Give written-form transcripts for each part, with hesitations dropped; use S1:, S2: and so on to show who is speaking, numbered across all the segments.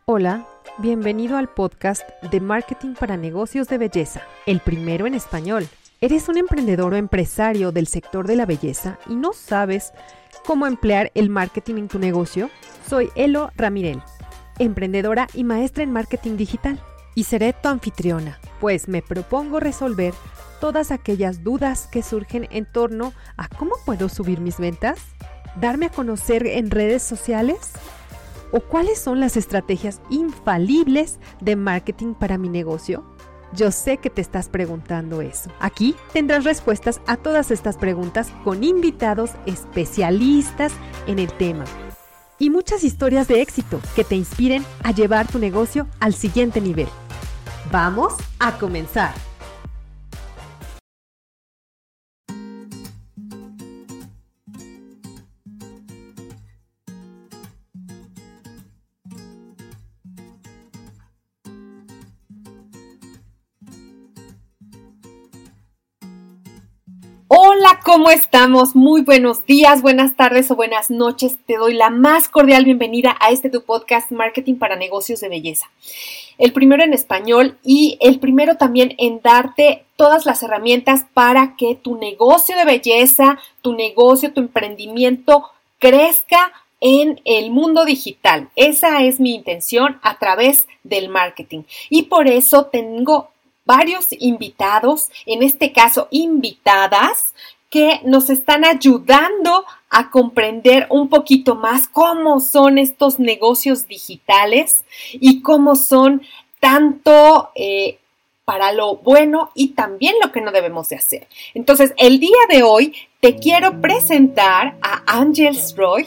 S1: Hola, bienvenido al podcast de Marketing para Negocios de Belleza, el primero en español. ¿Eres un emprendedor o empresario del sector de la belleza y no sabes cómo emplear el marketing en tu negocio? Soy Elo Ramirel, emprendedora y maestra en marketing digital, y seré tu anfitriona, pues me propongo resolver todas aquellas dudas que surgen en torno a cómo puedo subir mis ventas, darme a conocer en redes sociales, o cuáles son las estrategias infalibles de marketing para mi negocio. Yo sé que te estás preguntando eso. Aquí tendrás respuestas a todas estas preguntas con invitados especialistas en el tema y muchas historias de éxito que te inspiren a llevar tu negocio al siguiente nivel. ¡Vamos a comenzar! Hola, ¿cómo estamos? Muy buenos días, buenas tardes o buenas noches. Te doy la más cordial bienvenida a tu podcast Marketing para Negocios de Belleza. El primero en español y el primero también en darte todas las herramientas para que tu negocio de belleza, tu negocio, tu emprendimiento crezca en el mundo digital. Esa es mi intención a través del marketing. Y por eso tengo varios invitados, en este caso invitadas, que nos están ayudando a comprender un poquito más cómo son estos negocios digitales y cómo son tanto para lo bueno y también lo que no debemos de hacer. Entonces, el día de hoy te quiero presentar a Angels Roy.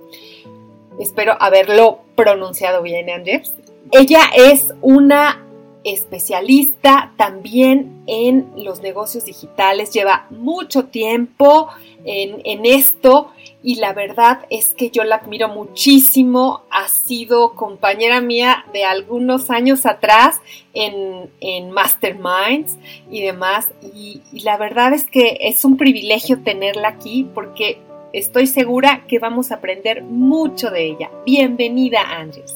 S1: Espero haberlo pronunciado bien, Angels. Ella es una especialista también en los negocios digitales, lleva mucho tiempo en esto y la verdad es que yo la admiro muchísimo. Ha sido compañera mía de algunos años atrás en Masterminds y demás, y la verdad es que es un privilegio tenerla aquí porque estoy segura que vamos a aprender mucho de ella. Bienvenida, Ángeles.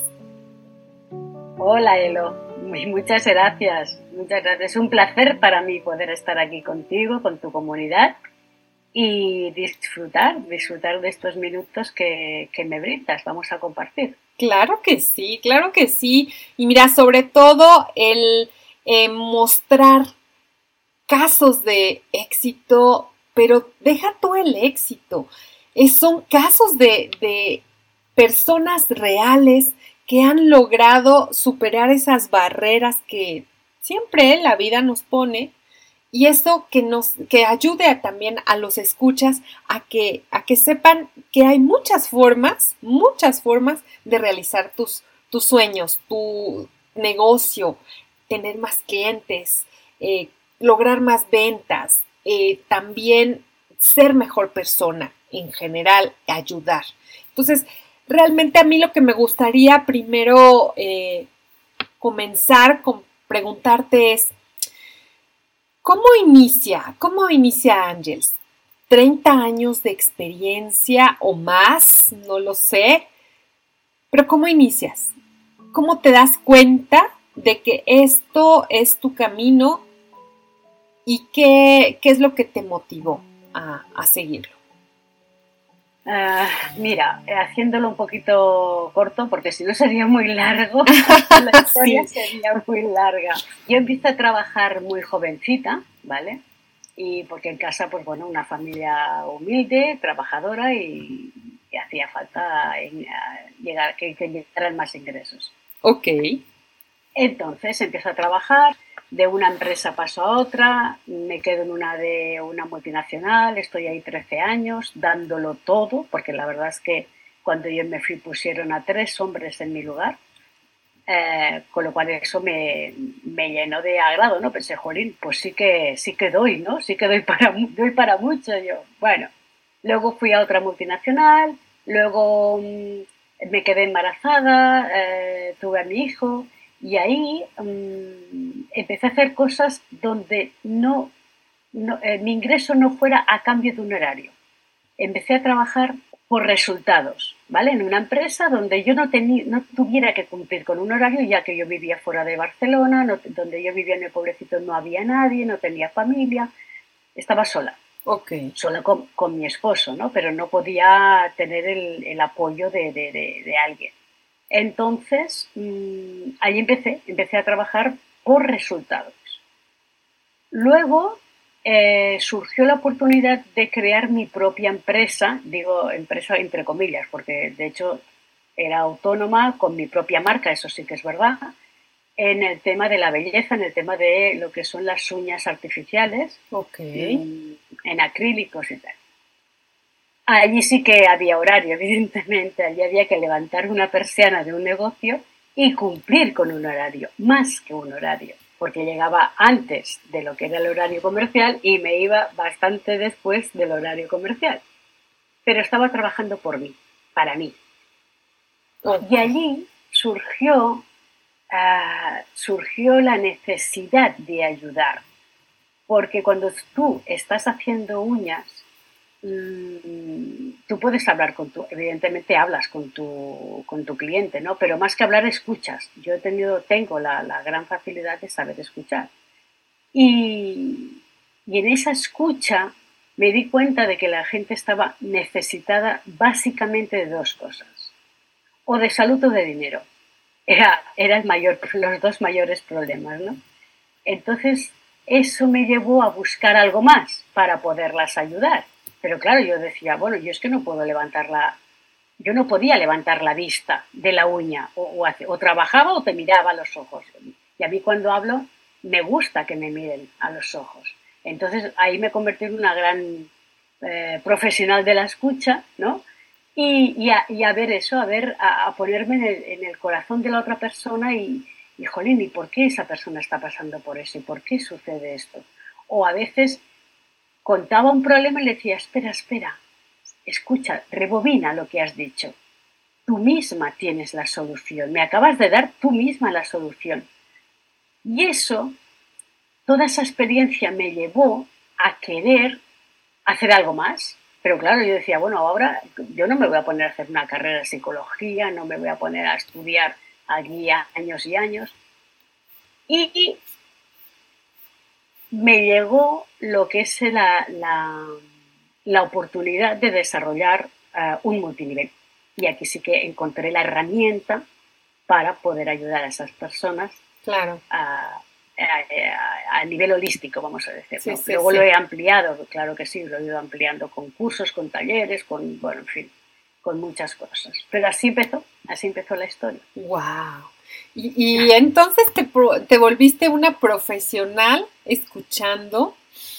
S2: Hola, Elo. Muchas gracias. Es un placer para mí poder estar aquí contigo, con tu comunidad y disfrutar de estos minutos que me brindas. Vamos a compartir.
S1: Claro que sí, claro que sí. Y mira, sobre todo el mostrar casos de éxito, pero deja tú el éxito. Son casos de personas reales que han logrado superar esas barreras que siempre la vida nos pone, y eso que ayude también a los escuchas a que sepan que hay muchas formas de realizar tus sueños, tu negocio, tener más clientes, lograr más ventas, también ser mejor persona en general, ayudar. Entonces, realmente a mí lo que me gustaría primero comenzar con preguntarte es, ¿cómo inicia Angels? ¿30 años de experiencia o más? No lo sé. Pero ¿cómo inicias? ¿Cómo te das cuenta de que esto es tu camino y qué es lo que te motivó a seguirlo?
S2: Mira, haciéndolo un poquito corto, porque si no sería muy largo, la historia sí sería muy larga. Yo empecé a trabajar muy jovencita, ¿vale? Y porque en casa, pues bueno, una familia humilde, trabajadora y hacía falta que llegaran más ingresos.
S1: Ok.
S2: Entonces empiezo a trabajar. De una empresa paso a otra, me quedo en una multinacional, estoy ahí 13 años, dándolo todo, porque la verdad es que cuando yo me fui pusieron a 3 hombres en mi lugar, con lo cual eso me llenó de agrado, ¿no? Pensé, jolín, pues sí que doy, ¿no? Sí que doy para mucho yo. Bueno, luego fui a otra multinacional, luego me quedé embarazada, tuve a mi hijo. Y ahí empecé a hacer cosas donde mi ingreso no fuera a cambio de un horario. Empecé a trabajar por resultados, ¿vale? En una empresa donde yo no tuviera que cumplir con un horario, ya que yo vivía fuera de Barcelona, donde yo vivía en el pueblecito no había nadie, no tenía familia, estaba sola.
S1: Okay.
S2: Sola con mi esposo, ¿no? Pero no podía tener el apoyo de alguien. Entonces, ahí empecé a trabajar por resultados. Luego surgió la oportunidad de crear mi propia empresa, digo empresa entre comillas, porque de hecho era autónoma con mi propia marca, eso sí que es verdad, en el tema de la belleza, en el tema de lo que son las uñas artificiales, en acrílicos y tal. Allí sí que había horario, evidentemente, allí había que levantar una persiana de un negocio y cumplir con un horario, más que un horario, porque llegaba antes de lo que era el horario comercial y me iba bastante después del horario comercial. Pero estaba trabajando por mí, para mí. Y allí surgió la necesidad de ayudar, porque cuando tú estás haciendo uñas, tú puedes hablar evidentemente hablas con tu cliente, ¿no? Pero más que hablar, escuchas. Yo tengo la gran facilidad de saber escuchar. Y en esa escucha me di cuenta de que la gente estaba necesitada básicamente de dos cosas, o de salud o de dinero. Era los dos mayores problemas, ¿no? Entonces, eso me llevó a buscar algo más para poderlas ayudar. Pero claro, yo decía, bueno, yo es que no podía levantar la vista de la uña, o trabajaba o te miraba a los ojos. Y a mí cuando hablo, me gusta que me miren a los ojos. Entonces, ahí me convertí en una gran profesional de la escucha, ¿no? Y a ver eso, a ponerme en el corazón de la otra persona y jolín, ¿y por qué esa persona está pasando por eso? ¿Y por qué sucede esto? O a veces contaba un problema y le decía, espera, escucha, rebobina lo que has dicho. Tú misma tienes la solución, me acabas de dar tú misma la solución. Y eso, toda esa experiencia me llevó a querer hacer algo más. Pero claro, yo decía, bueno, ahora yo no me voy a poner a hacer una carrera de psicología, no me voy a poner a estudiar allí años y años. Y me llegó lo que es la oportunidad de desarrollar un multinivel. Y aquí sí que encontré la herramienta para poder ayudar a esas personas a nivel holístico, vamos a decir, ¿no? Luego lo he ampliado, claro que sí, lo he ido ampliando con cursos, con talleres, bueno, en fin, con muchas cosas. Pero así empezó la historia.
S1: ¡Wow! Y entonces te volviste una profesional escuchando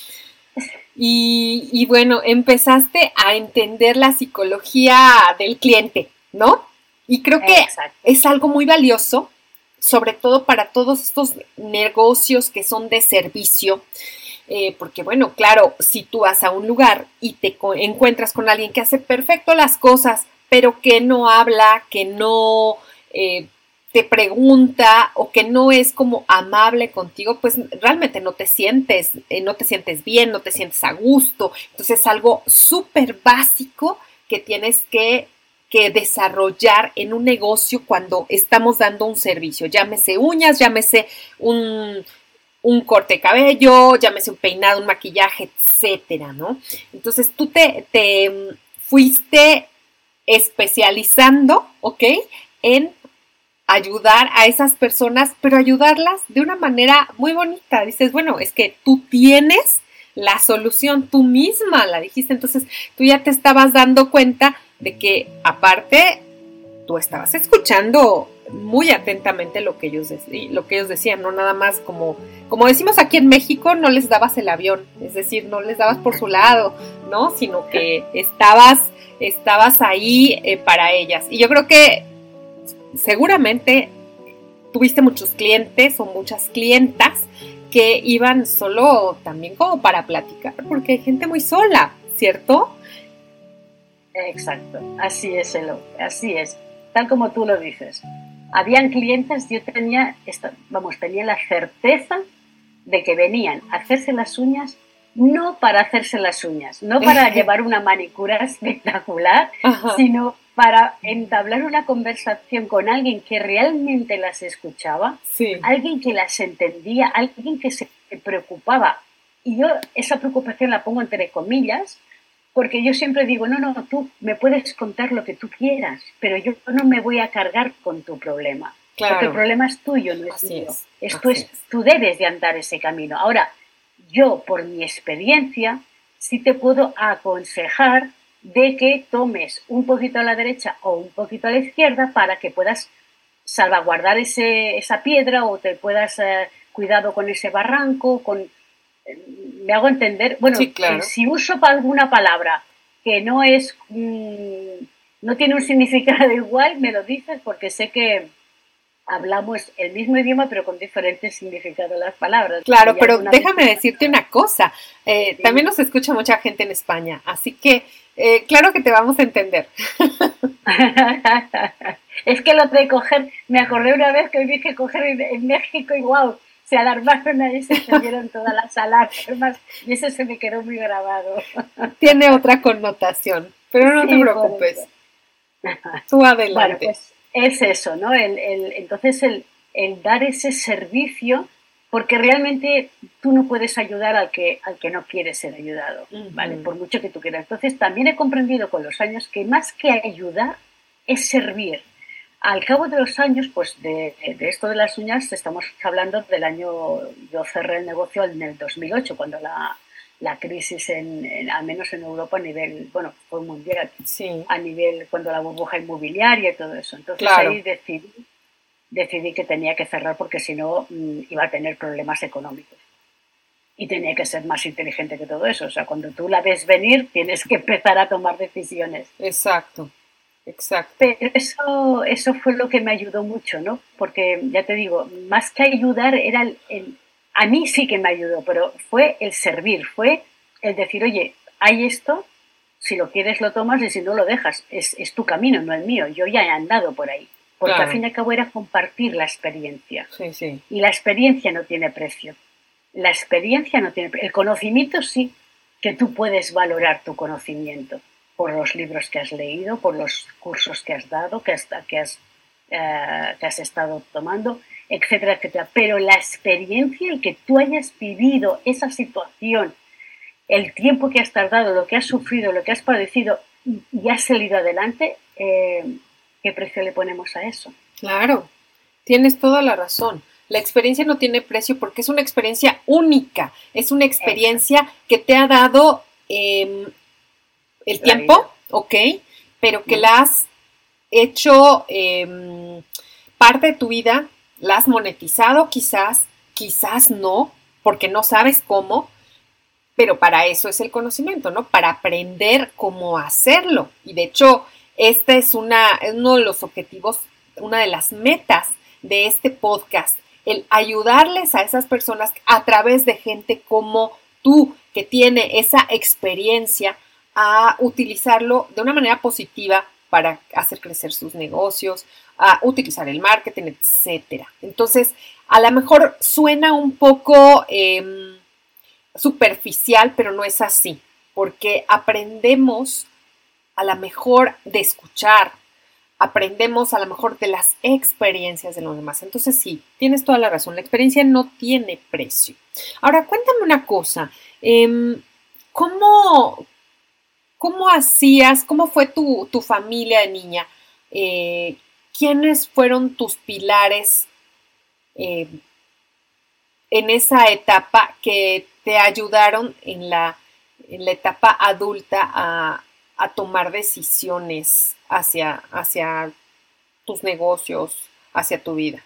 S1: y bueno, empezaste a entender la psicología del cliente, ¿no? Y creo que es algo muy valioso, sobre todo para todos estos negocios que son de servicio, porque bueno, claro, si tú vas a un lugar y te encuentras con alguien que hace perfecto las cosas, pero que no habla, que no te pregunta o que no es como amable contigo, pues realmente no te sientes bien, no te sientes a gusto. Entonces es algo súper básico que tienes que desarrollar en un negocio cuando estamos dando un servicio, llámese uñas, llámese un corte de cabello, llámese un peinado, un maquillaje, etcétera, ¿no? Entonces tú te fuiste especializando, ¿ok? En ayudar a esas personas, pero ayudarlas de una manera muy bonita. Dices, bueno, es que tú tienes la solución, tú misma la dijiste, entonces tú ya te estabas dando cuenta de que aparte tú estabas escuchando muy atentamente lo que ellos decían, no nada más como decimos aquí en México, no les dabas el avión, es decir, no les dabas por su lado, ¿no? Sino que estabas ahí para ellas. Y yo creo que seguramente tuviste muchos clientes o muchas clientas que iban solo también como para platicar, porque hay gente muy sola, ¿cierto?
S2: Exacto, así es, Elo, así es, tal como tú lo dices. Habían clientes, yo tenía la certeza de que venían a hacerse las uñas no para hacerse las uñas, no para llevar una manicura espectacular,
S1: Ajá.
S2: sino para entablar una conversación con alguien que realmente las escuchaba,
S1: Sí.
S2: alguien que las entendía, alguien que se preocupaba. Y yo esa preocupación la pongo entre comillas, porque yo siempre digo, no, tú me puedes contar lo que tú quieras, pero yo no me voy a cargar con tu problema, porque el
S1: Claro.
S2: problema es tuyo, no es
S1: Así
S2: mío.
S1: es.
S2: Esto
S1: Así
S2: es,
S1: es.
S2: tú debes de andar ese camino. Ahora, yo, por mi experiencia, sí te puedo aconsejar de que tomes un poquito a la derecha o un poquito a la izquierda para que puedas salvaguardar esa piedra o te puedas cuidado con ese barranco, me hago entender. Bueno,
S1: Sí, claro.
S2: si uso alguna palabra que no es, no tiene un significado igual, me lo dices porque sé que hablamos el mismo idioma pero con diferentes significados las palabras.
S1: Claro,
S2: Y
S1: pero
S2: alguna vez
S1: déjame decirte una cosa. También
S2: sí.
S1: nos escucha mucha gente en España, así que claro que te vamos a entender.
S2: Es que lo de coger, me acordé una vez que dije coger en México y wow, se alarmaron ahí, se encendieron todas las alarmas y eso se me quedó muy grabado.
S1: Tiene otra connotación, pero no te
S2: Sí, por eso.
S1: preocupes. Tú
S2: Bueno,
S1: adelante.
S2: pues es eso, ¿no? Entonces el dar ese servicio, porque realmente tú no puedes ayudar al que no quiere ser ayudado, ¿vale?
S1: Ujú.
S2: Por mucho que tú quieras. Entonces también he comprendido con los años que más que ayudar es servir. Al cabo de los años, pues de esto de las uñas, estamos hablando del año, yo cerré el negocio en el 2008, cuando la crisis, al menos en Europa, a nivel, bueno, fue mundial,
S1: Sí,
S2: a nivel cuando la burbuja inmobiliaria y todo eso. Entonces
S1: claro,
S2: ahí decidí que tenía que cerrar porque si no iba a tener problemas económicos. Y tenía que ser más inteligente que todo eso. O sea, cuando tú la ves venir, tienes que empezar a tomar decisiones.
S1: exacto, exacto.
S2: Pero eso fue lo que me ayudó mucho, ¿no? Porque ya te digo, más que ayudar, era a mí sí que me ayudó, pero fue el servir, fue el decir, oye, hay esto, si lo quieres lo tomas y si no lo dejas, es tu camino, no el mío, yo ya he andado por ahí. Porque al
S1: Claro,
S2: fin y al cabo era compartir la experiencia.
S1: sí, sí,
S2: Y la experiencia no tiene precio. La experiencia no tiene precio. El conocimiento sí, que tú puedes valorar tu conocimiento por los libros que has leído, por los cursos que has dado, que has estado tomando, etcétera, etcétera. Pero la experiencia, el que tú hayas vivido esa situación, el tiempo que has tardado, lo que has sufrido, lo que has padecido y has salido adelante, ¿qué precio le ponemos a eso?
S1: claro. Tienes toda la razón. La experiencia no tiene precio porque es una experiencia única, es una
S2: Eso,
S1: experiencia que te ha dado el
S2: la vida.
S1: tiempo, ok, pero que la has hecho parte de tu vida, la has monetizado quizás, quizás no, porque no sabes cómo, pero para eso es el conocimiento, ¿no? Para aprender cómo hacerlo. Y de hecho, este es uno de los objetivos, una de las metas de este podcast, el ayudarles a esas personas a través de gente como tú, que tiene esa experiencia, a utilizarlo de una manera positiva para hacer crecer sus negocios, a utilizar el marketing, etcétera. Entonces, a lo mejor suena un poco superficial, pero no es así, porque aprendemos a lo mejor de escuchar, aprendemos a lo mejor de las experiencias de los demás. Entonces sí, tienes toda la razón, la experiencia no tiene precio. Ahora, cuéntame una cosa, ¿cómo, cómo hacías, cómo fue tu familia de niña? Eh, ¿Quiénes fueron tus pilares eh, en esa etapa que te ayudaron en la etapa adulta a tomar decisiones hacia tus negocios, hacia tu vida?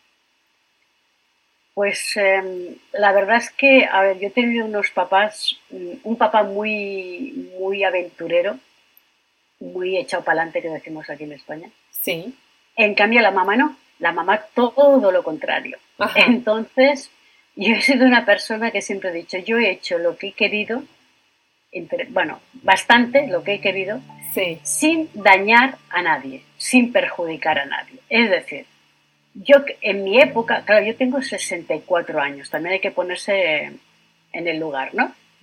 S2: Pues la verdad es que, a ver, yo he tenido unos papás, un papá muy, muy aventurero, muy echado para adelante, que decimos aquí en España.
S1: Sí,
S2: En cambio, la mamá no, la mamá todo lo contrario.
S1: ajá,
S2: Entonces, yo he sido una persona que siempre he dicho, yo he hecho lo que he querido, bueno, bastante lo que he querido,
S1: sí,
S2: sin dañar a nadie, sin perjudicar a nadie. Es decir, yo en mi época, claro, yo tengo 64 años, también hay que ponerse en el lugar, ¿no?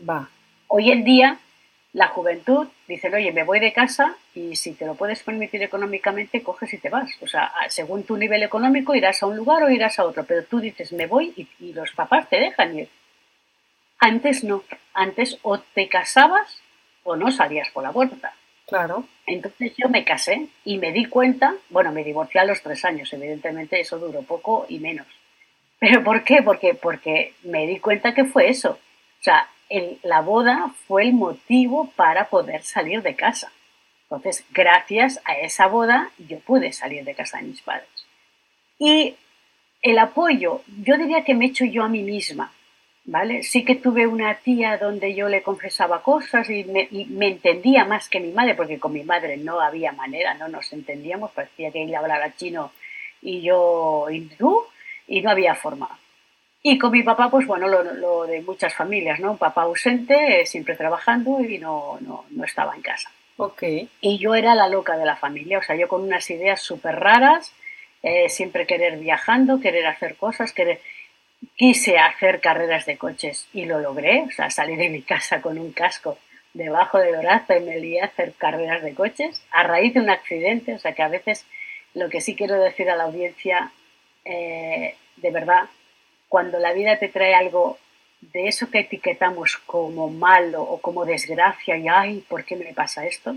S1: Va.
S2: Hoy en día, la juventud dice, oye, me voy de casa y si te lo puedes permitir económicamente, coges y te vas. O sea, según tu nivel económico, irás a un lugar o irás a otro, pero tú dices, me voy y los papás te dejan ir. Antes no, antes o te casabas o no salías por la puerta.
S1: Claro.
S2: Entonces yo me casé y me di cuenta, bueno, me divorcié a los 3 años, evidentemente eso duró poco y menos. ¿Pero por qué? Porque me di cuenta que fue eso. O sea, la boda fue el motivo para poder salir de casa. Entonces, gracias a esa boda, yo pude salir de casa de mis padres. Y el apoyo, yo diría que me he hecho yo a mí misma, ¿vale? Sí que tuve una tía donde yo le confesaba cosas y me entendía más que mi madre, porque con mi madre no había manera, no nos entendíamos, parecía que ella hablara chino y yo hindú, y no había forma. Y con mi papá, pues bueno, lo de muchas familias, ¿no? Un papá ausente, siempre trabajando y no estaba en casa.
S1: Ok.
S2: Y yo era la loca de la familia, o sea, yo con unas ideas súper raras, siempre querer viajando, querer hacer cosas, quise hacer carreras de coches y lo logré, o sea, salí de mi casa con un casco debajo del brazo y me lié a hacer carreras de coches a raíz de un accidente, o sea que a veces lo que sí quiero decir a la audiencia, de verdad, cuando la vida te trae algo de eso que etiquetamos como malo o como desgracia y ay, ¿por qué me pasa esto?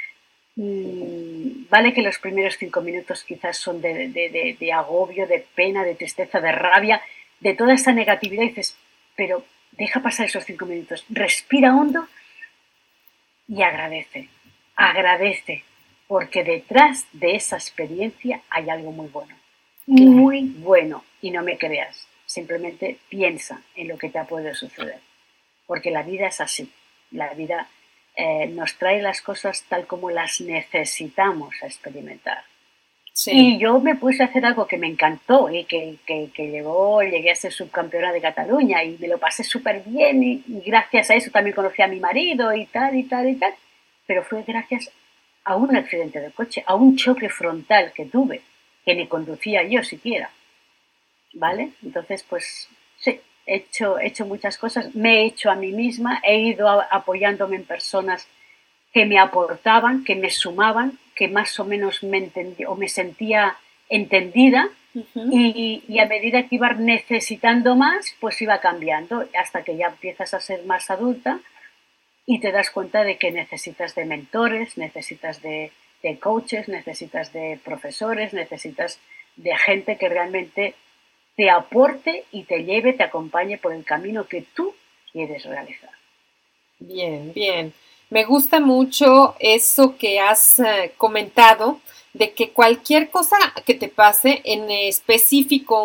S2: Vale que los primeros 5 minutos quizás son de agobio, de pena, de tristeza, de rabia, de toda esa negatividad y dices, pero deja pasar esos 5 minutos, respira hondo y agradece, agradece, porque detrás de esa experiencia hay algo muy bueno,
S1: Claro.
S2: muy bueno, y no me creas, simplemente piensa en lo que te puede suceder, porque la vida es así, la vida nos trae las cosas tal como las necesitamos experimentar.
S1: Sí.
S2: Y yo me puse a hacer algo que me encantó y llegué a ser subcampeona de Cataluña y me lo pasé súper bien y gracias a eso también conocí a mi marido y tal y tal y tal. Pero fue gracias a un accidente de coche, a un choque frontal que tuve, que ni conducía yo siquiera. ¿Vale? Entonces, pues sí, he hecho muchas cosas, me he hecho a mí misma, he ido apoyándome en personas que me aportaban, que me sumaban, que más o menos me entendía o me sentía entendida
S1: Ujú.
S2: y a medida que iba necesitando más, pues iba cambiando hasta que ya empiezas a ser más adulta y te das cuenta de que necesitas de mentores, necesitas de coaches, necesitas de profesores, necesitas de gente que realmente te aporte y te lleve, te acompañe por el camino que tú quieres realizar.
S1: Bien, bien. Me gusta mucho eso que has comentado de que cualquier cosa que te pase, en específico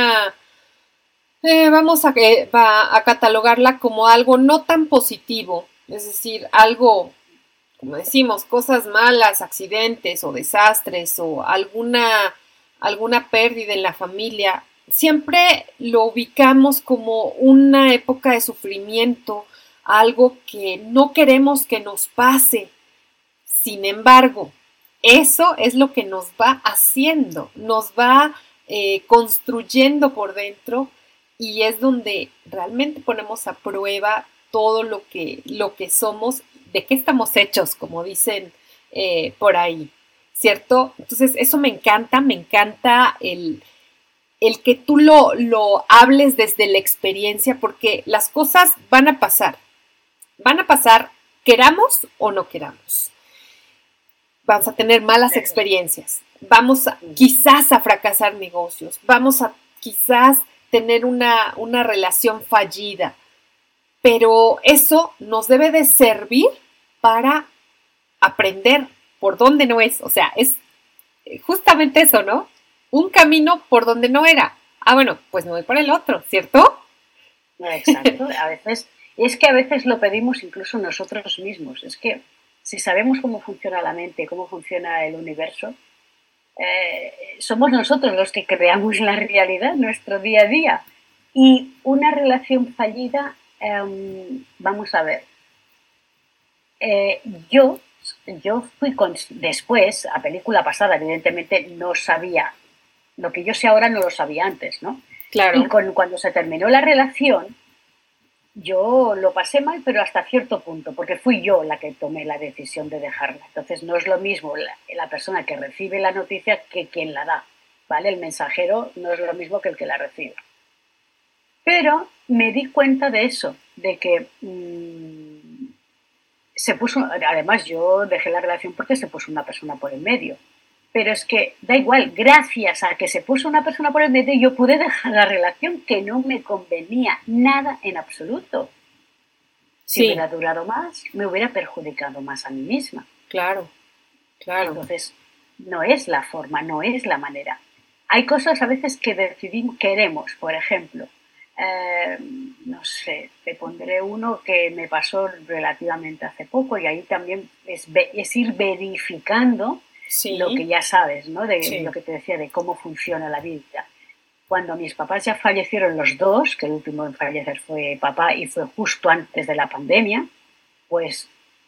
S1: vamos a catalogarla como algo no tan positivo, es decir, algo, como decimos, cosas malas, accidentes o desastres o alguna pérdida en la familia, siempre lo ubicamos como una época de sufrimiento, algo que no queremos que nos pase. Sin embargo, eso es lo que nos va haciendo, nos va construyendo por dentro y es donde realmente ponemos a prueba todo lo que somos, de qué estamos hechos, como dicen por ahí, ¿cierto? Entonces, eso me encanta el que tú lo hables desde la experiencia, porque las cosas van a pasar, queramos o no queramos. Vamos a tener malas experiencias, quizás a fracasar negocios, vamos a quizás tener una relación fallida, pero eso nos debe de servir para aprender por dónde no es, o sea, es justamente eso, ¿no? Un camino por donde no era. Ah, bueno, pues me voy por el otro, ¿cierto?
S2: Exacto, es que a veces lo pedimos incluso nosotros mismos. Es que si sabemos cómo funciona la mente, cómo funciona el universo, somos nosotros los que creamos la realidad, nuestro día a día. Y una relación fallida, vamos a ver, eh, yo, yo fui después, a película pasada, evidentemente no sabía, lo que yo sé ahora no lo sabía antes, ¿no? Y
S1: Claro.
S2: cuando se terminó la relación, yo lo pasé mal, pero hasta cierto punto, porque fui yo la que tomé la decisión de dejarla. Entonces no es lo mismo la persona que recibe la noticia que quien la da, ¿vale? El mensajero no es lo mismo que el que la recibe. Pero me di cuenta de eso, de que se puso, además yo dejé la relación porque se puso una persona por el medio. Pero es que da igual, gracias a que se puso una persona por el medio, yo pude dejar la relación que no me convenía nada en absoluto. Si hubiera durado más, me hubiera perjudicado más a mí misma.
S1: Claro, claro.
S2: Entonces, no es la forma, no es la manera. Hay cosas a veces que decidimos, queremos, por ejemplo, no sé, te pondré uno que me pasó relativamente hace poco y ahí también es ir verificando lo que ya sabes, ¿no? De lo que te decía, de cómo funciona la vida. Cuando mis papás ya fallecieron los dos, que el último en fallecer fue papá y fue justo antes de la pandemia, pues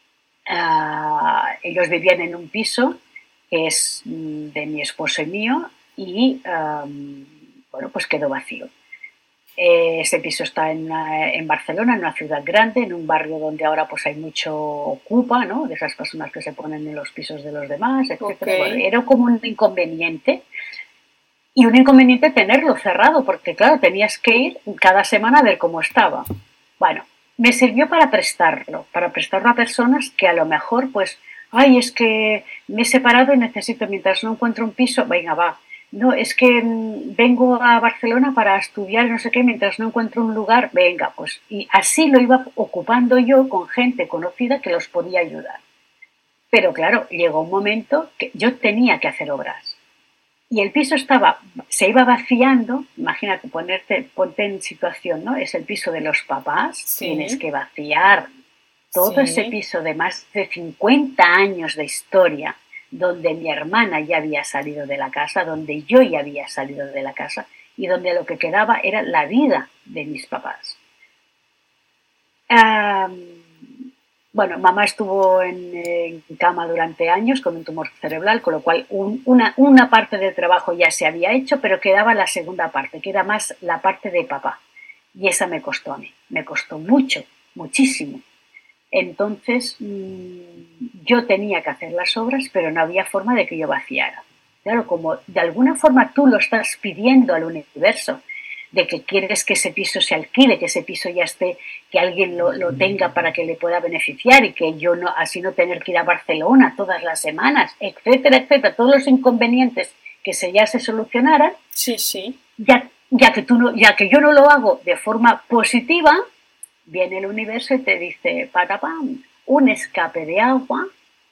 S2: ellos vivían en un piso que es de mi esposo y mío y, bueno, pues quedó vacío. Este piso está en Barcelona, en una ciudad grande, en un barrio donde ahora pues hay mucho ocupa, ¿no? De esas personas que se ponen en los pisos de los demás, etc.
S1: Okay.
S2: Bueno, era como un inconveniente. Y un inconveniente tenerlo cerrado, porque claro, tenías que ir cada semana a ver cómo estaba. Bueno, me sirvió para prestarlo a personas que a lo mejor pues, ay, es que me he separado y necesito, mientras no encuentro un piso, venga, va. No, es que vengo a Barcelona para estudiar no sé qué, mientras no encuentro un lugar, venga, pues. Y así lo iba ocupando yo con gente conocida que los podía ayudar. Pero claro, llegó un momento que yo tenía que hacer obras. Y el piso se iba vaciando, imagínate, ponte en situación, ¿no? Es el piso de los papás, tienes que vaciar todo ese piso de más de 50 años de historia, donde mi hermana ya había salido de la casa, donde yo ya había salido de la casa y donde lo que quedaba era la vida de mis papás. Bueno, mamá estuvo en cama durante años con un tumor cerebral, con lo cual una parte del trabajo ya se había hecho, pero quedaba la segunda parte, que era más la parte de papá. Y esa me costó a mí, me costó mucho, muchísimo. Entonces yo tenía que hacer las obras, pero no había forma de que yo vaciara. Claro, como de alguna forma tú lo estás pidiendo al universo, de que quieres que ese piso se alquile, que ese piso ya esté, que alguien lo tenga para que le pueda beneficiar y que yo no, así no tener que ir a Barcelona todas las semanas, etcétera, etcétera, todos los inconvenientes que ya se solucionaran.
S1: Sí.
S2: Ya que yo no lo hago de forma positiva, viene el universo y te dice, patapam, un escape de agua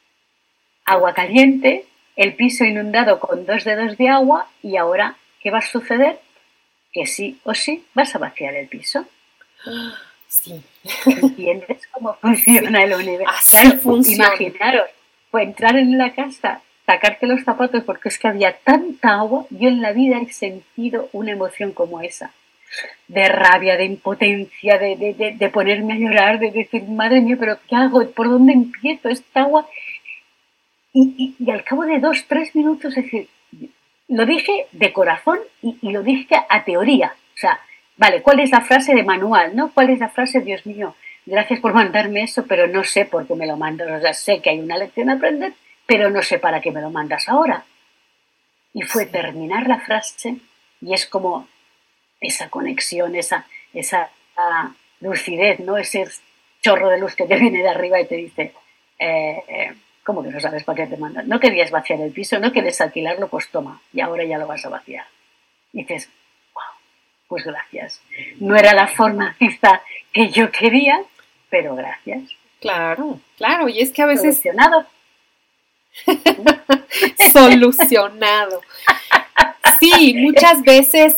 S2: caliente, el piso inundado con 2 dedos de agua y ahora, ¿qué va a suceder? Que sí o sí vas a vaciar el piso.
S1: Sí.
S2: ¿Entiendes cómo funciona el universo?
S1: Así claro, funciona.
S2: Imaginaros, pues entrar en la casa, sacarte los zapatos porque es que había tanta agua. Yo en la vida he sentido una emoción como esa. De rabia, de impotencia, de ponerme a llorar, de decir, madre mía, ¿pero qué hago? ¿Por dónde empiezo esta agua? Y al cabo de 2-3 minutos, es decir, lo dije de corazón y lo dije a teoría. O sea, vale, ¿cuál es la frase de manual, no? ¿Cuál es la frase, Dios mío, gracias por mandarme eso, pero no sé por qué me lo mandas? O sea, sé que hay una lección a aprender, pero no sé para qué me lo mandas ahora. Y fue terminar la frase y es como esa conexión, esa lucidez, ¿no? Ese chorro de luz que te viene de arriba y te dice, ¿cómo que no sabes para qué te mandan? ¿No querías vaciar el piso? ¿No quieres alquilarlo? Pues toma, y ahora ya lo vas a vaciar. Y dices, wow, pues gracias. No era la forma quizá que yo quería, pero gracias.
S1: Claro, y es que a veces...
S2: Solucionado.
S1: Solucionado. Sí, muchas veces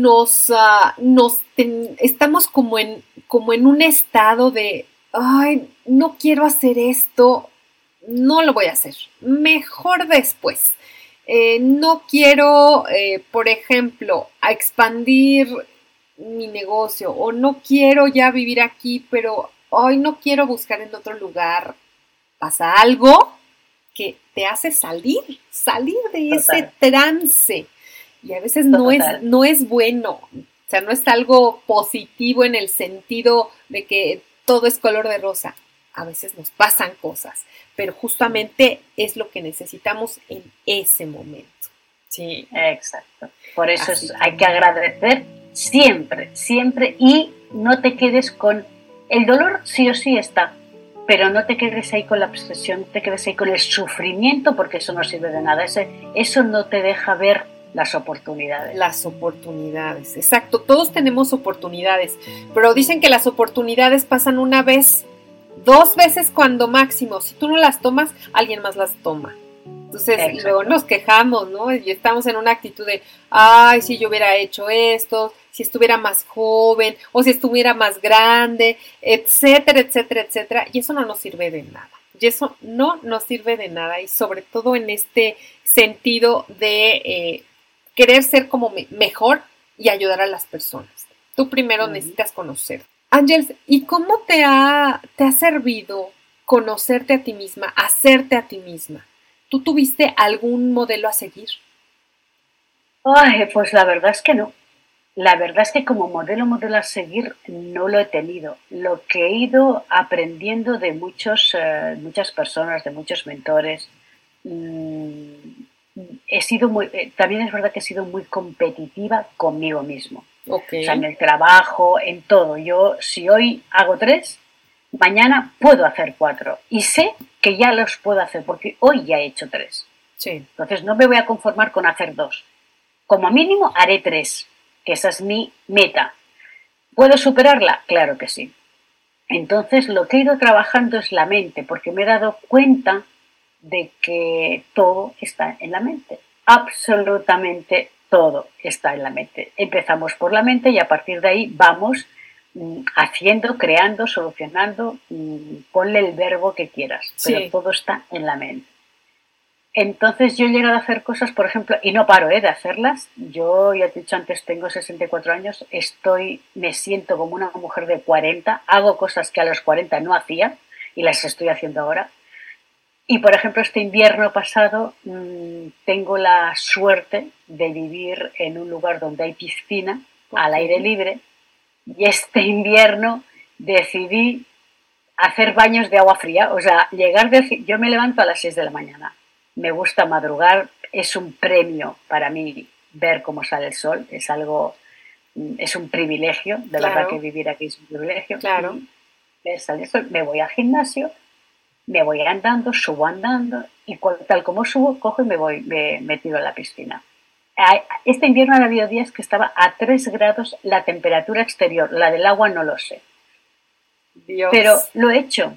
S1: estamos como en un estado de, ay, no quiero hacer esto, no lo voy a hacer, mejor después. No quiero, por ejemplo, expandir mi negocio o no quiero ya vivir aquí, pero hoy no quiero buscar en otro lugar. Pasa algo que te hace salir de ese trance y a veces no es bueno. sea, no es algo positivo en el sentido de que todo es color de rosa. A veces nos pasan cosas, pero justamente es lo que necesitamos en ese momento. Sí.
S2: Exacto. Por eso hay que agradecer siempre, siempre, y no te quedes con... El dolor sí o sí está, pero no te quedes ahí con la obsesión, no te quedes ahí con el sufrimiento, porque eso no sirve de nada. Eso no te deja ver las oportunidades.
S1: Las oportunidades, exacto. Todos tenemos oportunidades, pero dicen que las oportunidades pasan una vez, 2 veces cuando máximo. Si tú no las tomas, alguien más las toma. Entonces, exacto, luego nos quejamos, ¿no? Y estamos en una actitud de, ay, si yo hubiera hecho esto, si estuviera más joven, o si estuviera más grande, etcétera, etcétera, etcétera. Y eso no nos sirve de nada. Y eso no nos sirve de nada. Y sobre todo en este sentido de querer ser como mejor y ayudar a las personas. Tú primero necesitas conocer. Ángels, ¿y cómo te ha servido conocerte a ti misma, hacerte a ti misma? ¿Tú tuviste algún modelo a seguir?
S2: Ay, pues la verdad es que no. La verdad es que como modelo a seguir no lo he tenido. Lo que he ido aprendiendo de muchas personas, de muchos mentores, he sido también es verdad que he sido muy competitiva conmigo mismo.
S1: Okay.
S2: O sea, en el trabajo, en todo. Yo, si hoy hago 3, mañana puedo hacer 4. Y sé que ya los puedo hacer porque hoy ya he hecho 3.
S1: Sí.
S2: Entonces no me voy a conformar con hacer 2. Como mínimo haré 3, que esa es mi meta. ¿Puedo superarla? Claro que sí. Entonces lo que he ido trabajando es la mente, porque me he dado cuenta de que todo está en la mente. Absolutamente todo está en la mente. Empezamos por la mente y a partir de ahí vamos haciendo, creando, solucionando, ponle el verbo que quieras, pero sí, todo está en la mente. Entonces yo he llegado a hacer cosas, por ejemplo, y no paro de hacerlas. Yo, ya te he dicho antes, tengo 64 años, me siento como una mujer de 40, hago cosas que a los 40 no hacía y las estoy haciendo ahora. Y, por ejemplo, este invierno pasado tengo la suerte de vivir en un lugar donde hay piscina, al aire libre, y este invierno decidí hacer baños de agua fría. O sea, yo me levanto a las 6 de la mañana. Me gusta madrugar, es un premio para mí ver cómo sale el sol, es un privilegio, de claro, verdad que vivir aquí es un privilegio.
S1: Claro.
S2: Sale el sol, me voy al gimnasio, me voy andando, subo andando, y tal como subo, cojo y me tiro a la piscina. Este invierno ha habido días que estaba a 3 grados la temperatura exterior, la del agua no lo sé.
S1: Dios.
S2: Pero lo he hecho,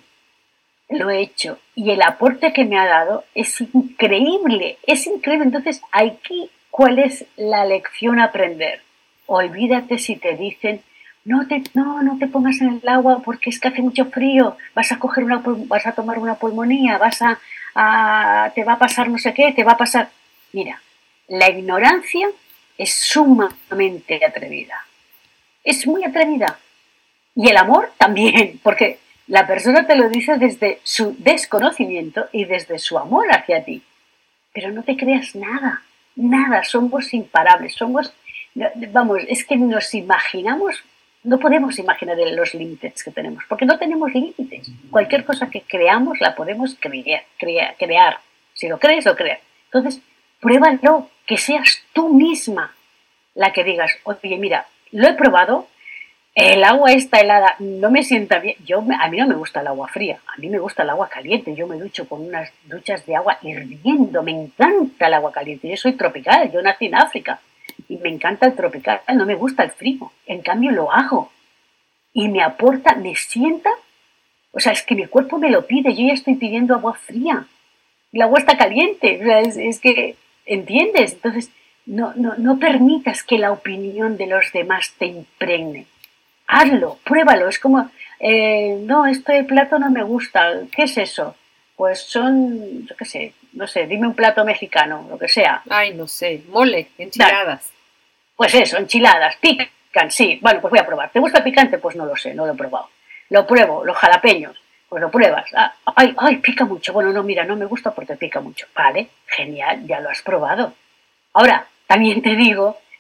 S2: y el aporte que me ha dado es increíble, Entonces, aquí, ¿cuál es la lección a aprender? Olvídate si te dicen, no te pongas en el agua porque es que hace mucho frío, vas a tomar una pulmonía, te va a pasar no sé qué, te va a pasar... Mira, la ignorancia es sumamente atrevida, es muy atrevida, y el amor también, porque la persona te lo dice desde su desconocimiento y desde su amor hacia ti. Pero no te creas nada, somos imparables, es que nos imaginamos, no podemos imaginar los límites que tenemos, porque no tenemos límites. Cualquier cosa que creamos la podemos crear. Si lo crees, lo creas. Entonces, pruébalo, que seas tú misma la que digas, oye, mira, lo he probado, el agua está helada, no me sienta bien. A mí no me gusta el agua fría, a mí me gusta el agua caliente. Yo me ducho con unas duchas de agua hirviendo, me encanta el agua caliente. Yo soy tropical, yo nací en África y me encanta el tropical, no me gusta el frío. En cambio lo hago y me aporta, me sienta, o sea, es que mi cuerpo me lo pide, yo ya estoy pidiendo agua fría. El agua está caliente, o sea, es que, ¿entiendes? Entonces, no permitas que la opinión de los demás te impregne. Hazlo, pruébalo, es como, no, este plato no me gusta, ¿qué es eso? Pues son, yo qué sé, no sé, dime un plato mexicano, lo que sea.
S1: Ay, no sé, mole, enchiladas.
S2: Pues eso, enchiladas, pican, sí, bueno, pues voy a probar. ¿Te gusta picante? Pues no lo sé, no lo he probado. Lo pruebo, los jalapeños, pues lo pruebas. Ay, pica mucho, bueno, no, mira, no me gusta porque pica mucho. Vale, genial, ya lo has probado. Ahora, también te digo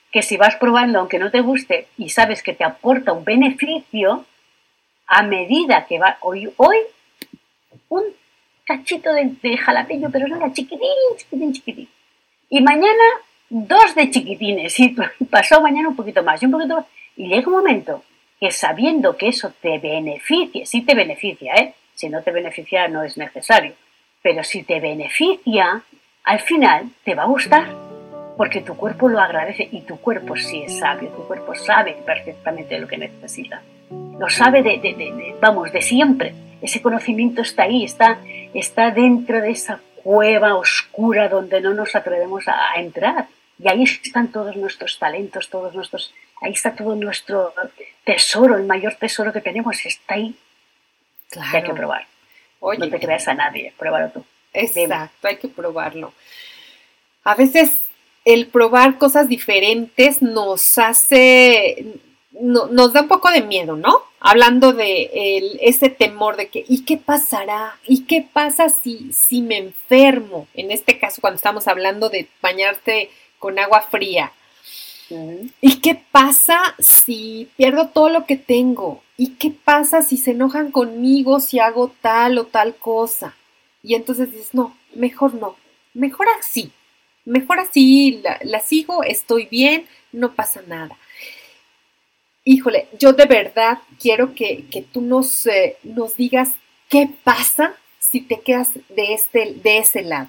S2: que si vas probando, aunque no te guste, y sabes que te aporta un beneficio, a medida que va, hoy un cachito de jalapeño, pero nada, chiquitín, chiquitín, chiquitín. Y mañana 2 de chiquitines, y pasó mañana un poquito más, y un poquito más. Y llega un momento que sabiendo que eso te beneficia, sí te beneficia, si no te beneficia no es necesario, pero si te beneficia, al final te va a gustar, porque tu cuerpo lo agradece, y tu cuerpo sí es sabio, tu cuerpo sabe perfectamente lo que necesita. Lo sabe de siempre. Ese conocimiento está ahí, está dentro de esa cueva oscura donde no nos atrevemos a entrar. Y ahí están todos nuestros talentos, ahí está todo nuestro tesoro, el mayor tesoro que tenemos, está ahí.
S1: Claro.
S2: Que hay que probar. Oye, no te creas a nadie, pruébalo tú.
S1: Exacto, dime. Hay que probarlo. A veces el probar cosas diferentes nos da un poco de miedo, ¿no? Hablando de ese temor de que, ¿y qué pasará? ¿Y qué pasa si me enfermo? En este caso, cuando estamos hablando de bañarte con agua fría. Uh-huh. ¿Y qué pasa si pierdo todo lo que tengo? ¿Y qué pasa si se enojan conmigo si hago tal o tal cosa? Y entonces dices, no, mejor así, la sigo, estoy bien, no pasa nada. Híjole, yo de verdad quiero que tú nos digas qué pasa si te quedas de ese lado.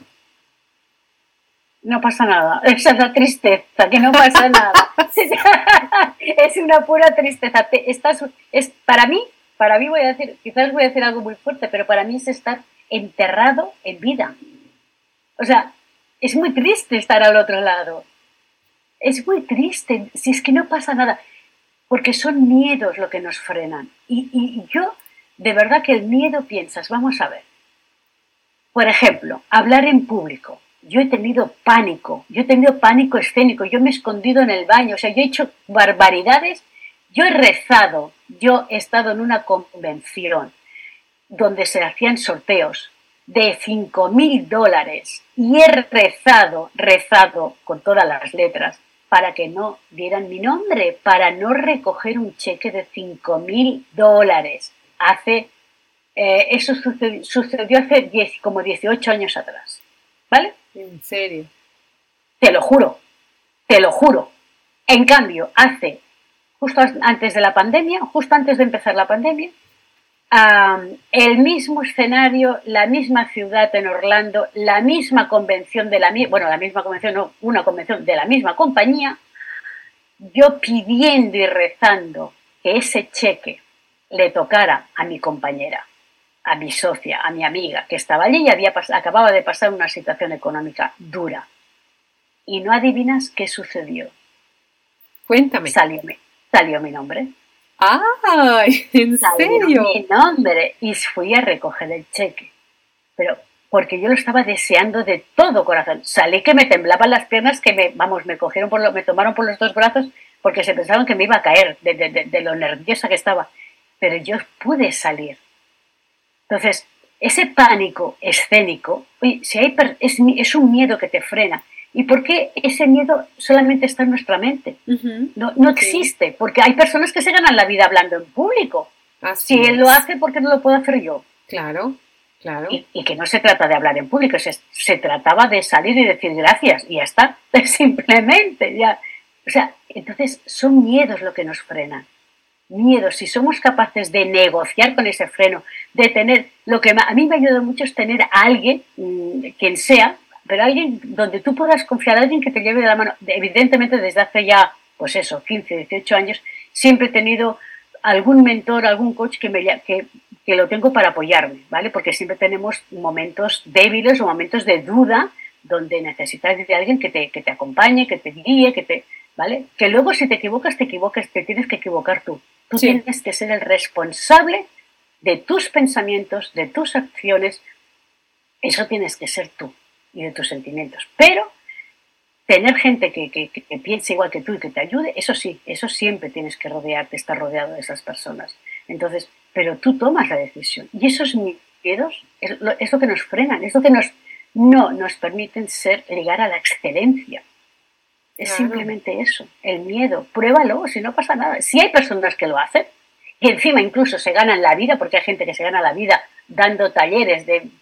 S2: No pasa nada, esa es la tristeza, que no pasa nada. Es una pura tristeza. Para mí voy a decir, quizás voy a decir algo muy fuerte, pero para mí es estar enterrado en vida. O sea, es muy triste estar al otro lado. Es muy triste, si es que no pasa nada. Porque son miedos lo que nos frenan. Y yo, de verdad que el miedo piensas, vamos a ver. Por ejemplo, hablar en público. Yo he tenido pánico escénico, yo me he escondido en el baño, o sea, yo he hecho barbaridades, yo he rezado, yo he estado en una convención donde se hacían sorteos de $5,000 y he rezado con todas las letras para que no dieran mi nombre, para no recoger un cheque de $5,000. Eso sucedió hace como 18 años atrás. ¿Vale?
S1: ¿En serio?
S2: Te lo juro. En cambio, justo antes de empezar la pandemia, el mismo escenario, la misma ciudad en Orlando, la misma convención una convención de la misma compañía, yo pidiendo y rezando que ese cheque le tocara a mi compañera, a mi socia, a mi amiga, que estaba allí y acababa de pasar una situación económica dura. Y no adivinas qué sucedió.
S1: Cuéntame.
S2: Salió mi nombre.
S1: ¡Ay! ¿En serio?
S2: Salió mi nombre y fui a recoger el cheque. Pero porque yo lo estaba deseando de todo corazón. Salí que me temblaban las piernas, que me tomaron por los 2 brazos porque se pensaban que me iba a caer de lo nerviosa que estaba. Pero yo pude salir. Entonces, ese pánico escénico, es un miedo que te frena. ¿Y por qué ese miedo solamente está en nuestra mente? Uh-huh. No existe, porque hay personas que se ganan la vida hablando en público. Si él lo hace, ¿por qué no lo puedo hacer yo?
S1: Claro.
S2: Y que no se trata de hablar en público, se trataba de salir y decir gracias, y ya está, simplemente. Ya. O sea, entonces son miedos lo que nos frenan. Miedos, si somos capaces de negociar con ese freno, de tener, lo que a mí me ayuda mucho es tener a alguien, quien sea, pero alguien donde tú puedas confiar, alguien que te lleve de la mano. Evidentemente desde hace ya, 15, 18 años, siempre he tenido algún mentor, algún coach que lo tengo para apoyarme, ¿vale? Porque siempre tenemos momentos débiles o momentos de duda donde necesitas de alguien que te acompañe, que te guíe, ¿vale? Que luego si te equivocas, te tienes que equivocar tú. Tú tienes que ser el responsable de tus pensamientos, de tus acciones. Eso tienes que ser tú y de tus sentimientos. Pero tener gente que piense igual que tú y que te ayude, eso sí, eso siempre tienes que estar rodeado de esas personas. Entonces, pero tú tomas la decisión. Y esos miedos es lo que nos frenan, es lo que no nos permiten llegar a la excelencia. Es
S1: Claro.
S2: simplemente eso, el miedo. Pruébalo, si no pasa nada. Si hay personas que lo hacen, y encima incluso se ganan la vida, porque hay gente que se gana la vida dando talleres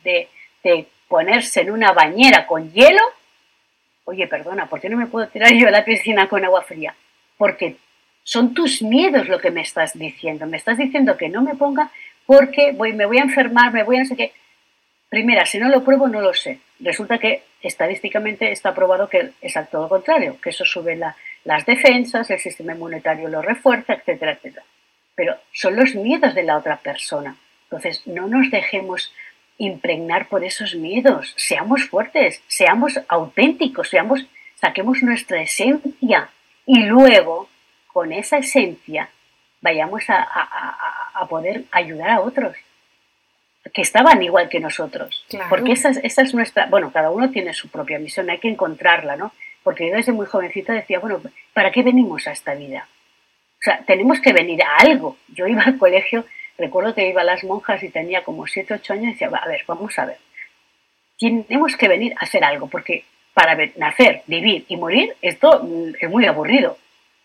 S2: de ponerse en una bañera con hielo. Oye, perdona, ¿por qué no me puedo tirar yo a la piscina con agua fría? Porque son tus miedos lo que me estás diciendo. Me estás diciendo que no me ponga porque me voy a enfermar, me voy a no sé qué. Primera, si no lo pruebo, no lo sé. Resulta que estadísticamente está probado que es al todo contrario, que eso sube las defensas, el sistema inmunitario lo refuerza, etcétera, etcétera. Pero son los miedos de la otra persona. Entonces, no nos dejemos impregnar por esos miedos. Seamos fuertes, seamos auténticos, saquemos nuestra esencia y luego, con esa esencia, vayamos a poder ayudar a otros que estaban igual que nosotros.
S1: Claro.
S2: Porque esa es nuestra... Bueno, cada uno tiene su propia misión, hay que encontrarla, ¿no? Porque yo desde muy jovencita decía, bueno, ¿para qué venimos a esta vida? O sea, tenemos que venir a algo. Yo iba al colegio, recuerdo que iba a las monjas y tenía como 7, 8 años y decía, a ver, vamos a ver. Tenemos que venir a hacer algo, porque para nacer, vivir y morir, esto es muy aburrido.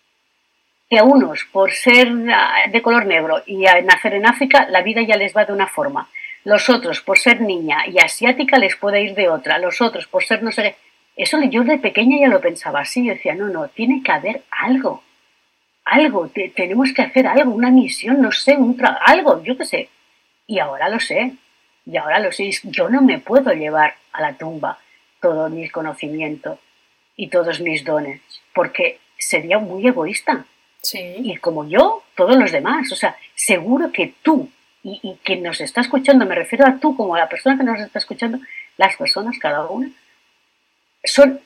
S2: Que a unos, por ser de color negro y a nacer en África, la vida ya les va de una forma. Los otros, por ser niña y asiática, les puede ir de otra. Los otros, por ser no sé qué. Eso yo de pequeña ya lo pensaba así. Yo decía, no, tiene que haber algo. Algo, tenemos que hacer algo, una misión, no sé, algo, yo qué sé. Y ahora lo sé. Y ahora lo sé. Yo no me puedo llevar a la tumba todo mi conocimiento y todos mis dones, porque sería muy egoísta.
S1: Sí.
S2: Y como yo, todos los demás. O sea, seguro que tú y quien nos está escuchando, me refiero a tú como a la persona que nos está escuchando, las personas, cada una, son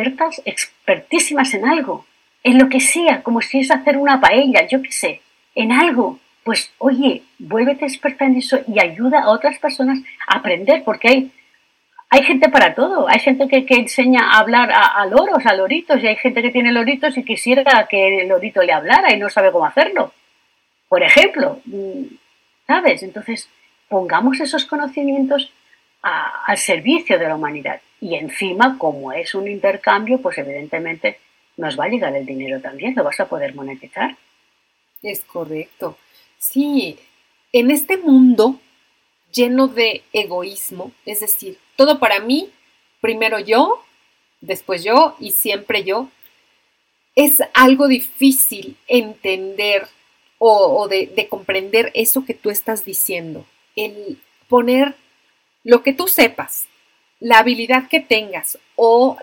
S2: expertísimas en algo, en lo que sea, como si es hacer una paella, yo qué sé, en algo. Pues oye, vuélvete experta en eso y ayuda a otras personas a aprender, porque hay gente para todo. Hay gente que enseña a hablar a loros, a loritos, y hay gente que tiene loritos y quisiera que el lorito le hablara y no sabe cómo hacerlo. Por ejemplo, ¿sabes? Entonces, pongamos esos conocimientos al servicio de la humanidad. Y encima, como es un intercambio, pues evidentemente nos va a llegar el dinero también, lo vas a poder monetizar.
S1: Es correcto. Sí, en este mundo lleno de egoísmo, es decir, todo para mí, primero yo, después yo y siempre yo, es algo difícil entender o de comprender eso que tú estás diciendo. El poner lo que tú sepas, la habilidad que tengas o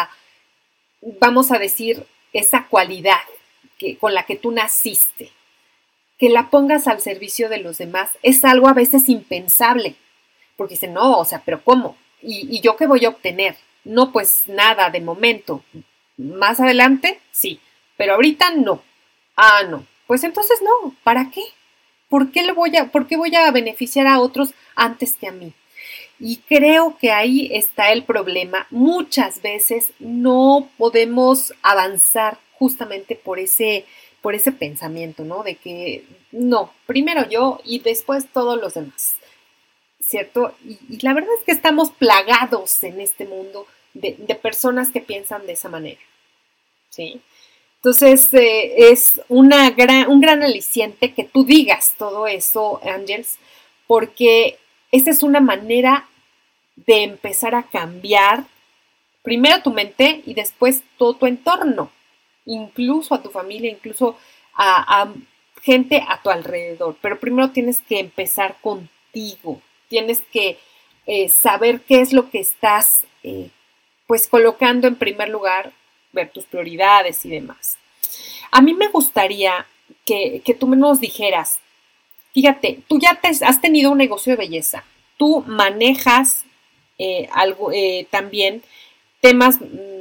S1: vamos a decir, esa cualidad con la que tú naciste, que la pongas al servicio de los demás, es algo a veces impensable. Porque dicen, no, o sea, pero ¿cómo? ¿Y yo qué voy a obtener? No, pues nada, de momento. Más adelante, sí, pero ahorita no. Ah, no. Pues entonces no, ¿para qué? ¿Por qué voy a beneficiar a otros antes que a mí? Y creo que ahí está el problema. Muchas veces no podemos avanzar justamente por ese pensamiento, ¿no? De que no, primero yo y después todos los demás. ¿Cierto? Y la verdad es que estamos plagados en este mundo de personas que piensan de esa manera, ¿sí? Entonces, es un gran aliciente que tú digas todo eso, Ángels, porque esa es una manera de empezar a cambiar primero tu mente y después todo tu entorno, incluso a tu familia, incluso a gente a tu alrededor. Pero primero tienes que empezar contigo, tienes que saber qué es lo que estás pues colocando en primer lugar, ver tus prioridades y demás. A mí me gustaría que tú nos dijeras, fíjate, tú ya has tenido un negocio de belleza, tú manejas algo también temas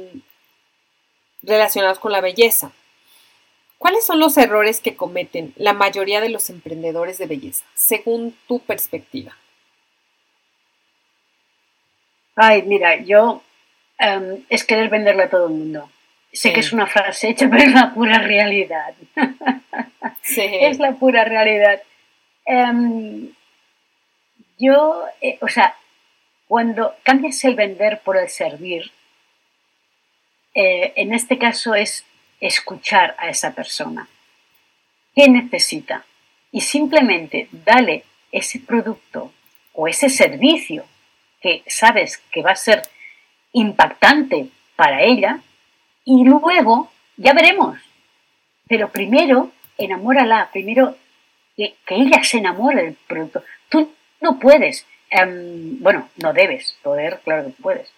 S1: relacionados con la belleza. ¿Cuáles son los errores que cometen la mayoría de los emprendedores de belleza, según tu perspectiva?
S2: Ay, mira, es querer venderle a todo el mundo. Sé que es una frase hecha, pero es la pura realidad.
S1: Sí.
S2: Es la pura realidad. O sea, cuando cambias el vender por el servir, en este caso es escuchar a esa persona. ¿Qué necesita? Y simplemente dale ese producto o ese servicio que sabes que va a ser impactante para ella y luego ya veremos. Pero primero, enamórala, primero que ella se enamore del producto. Tú no puedes, no debes poder, claro que puedes,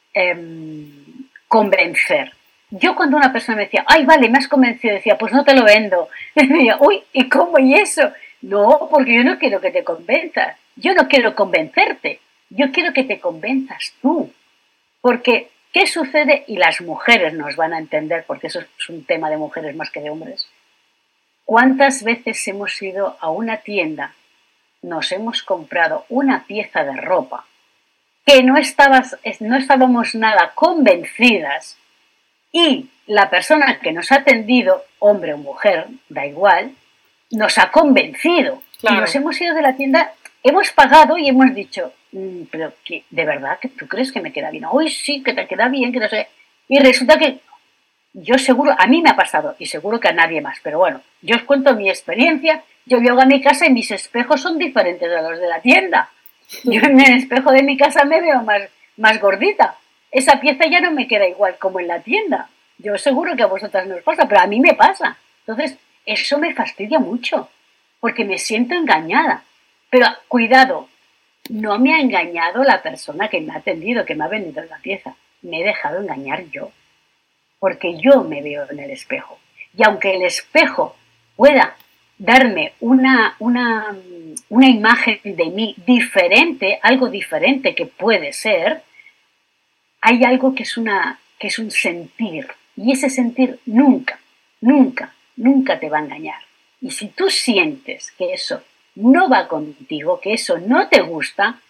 S2: convencer. Yo cuando una persona me decía, ay, vale, me has convencido, decía, pues no te lo vendo. Y me decía, uy, ¿y cómo y eso? No, porque yo no quiero que te convenzas. Yo no quiero convencerte. Yo quiero que te convenzas tú. Porque, ¿qué sucede? Y las mujeres nos van a entender, porque eso es un tema de mujeres más que de hombres. ¿Cuántas veces hemos ido a una tienda, nos hemos comprado una pieza de ropa que no estábamos nada convencidas y la persona que nos ha atendido, hombre o mujer, da igual, nos ha convencido? Claro. Y nos hemos ido de la tienda, hemos pagado y hemos dicho, pero que, ¿de verdad que tú crees que me queda bien? Uy, sí, que te queda bien, que no sé. Y resulta que yo seguro, a mí me ha pasado y seguro que a nadie más, pero bueno, yo os cuento mi experiencia. Yo llego a mi casa y mis espejos son diferentes de los de la tienda. Yo en el espejo de mi casa me veo más gordita. Esa pieza ya no me queda igual como en la tienda. Yo seguro que a vosotras no os pasa, pero a mí me pasa. Entonces, eso me fastidia mucho, porque me siento engañada. Pero cuidado, no me ha engañado la persona que me ha atendido, que me ha vendido la pieza. Me he dejado engañar yo, porque yo me veo en el espejo. Y aunque el espejo pueda darme una imagen de mí diferente, algo diferente que puede ser, hay algo que es un sentir. Y ese sentir nunca te va a engañar. Y si tú sientes que eso no va contigo, que eso no te gusta,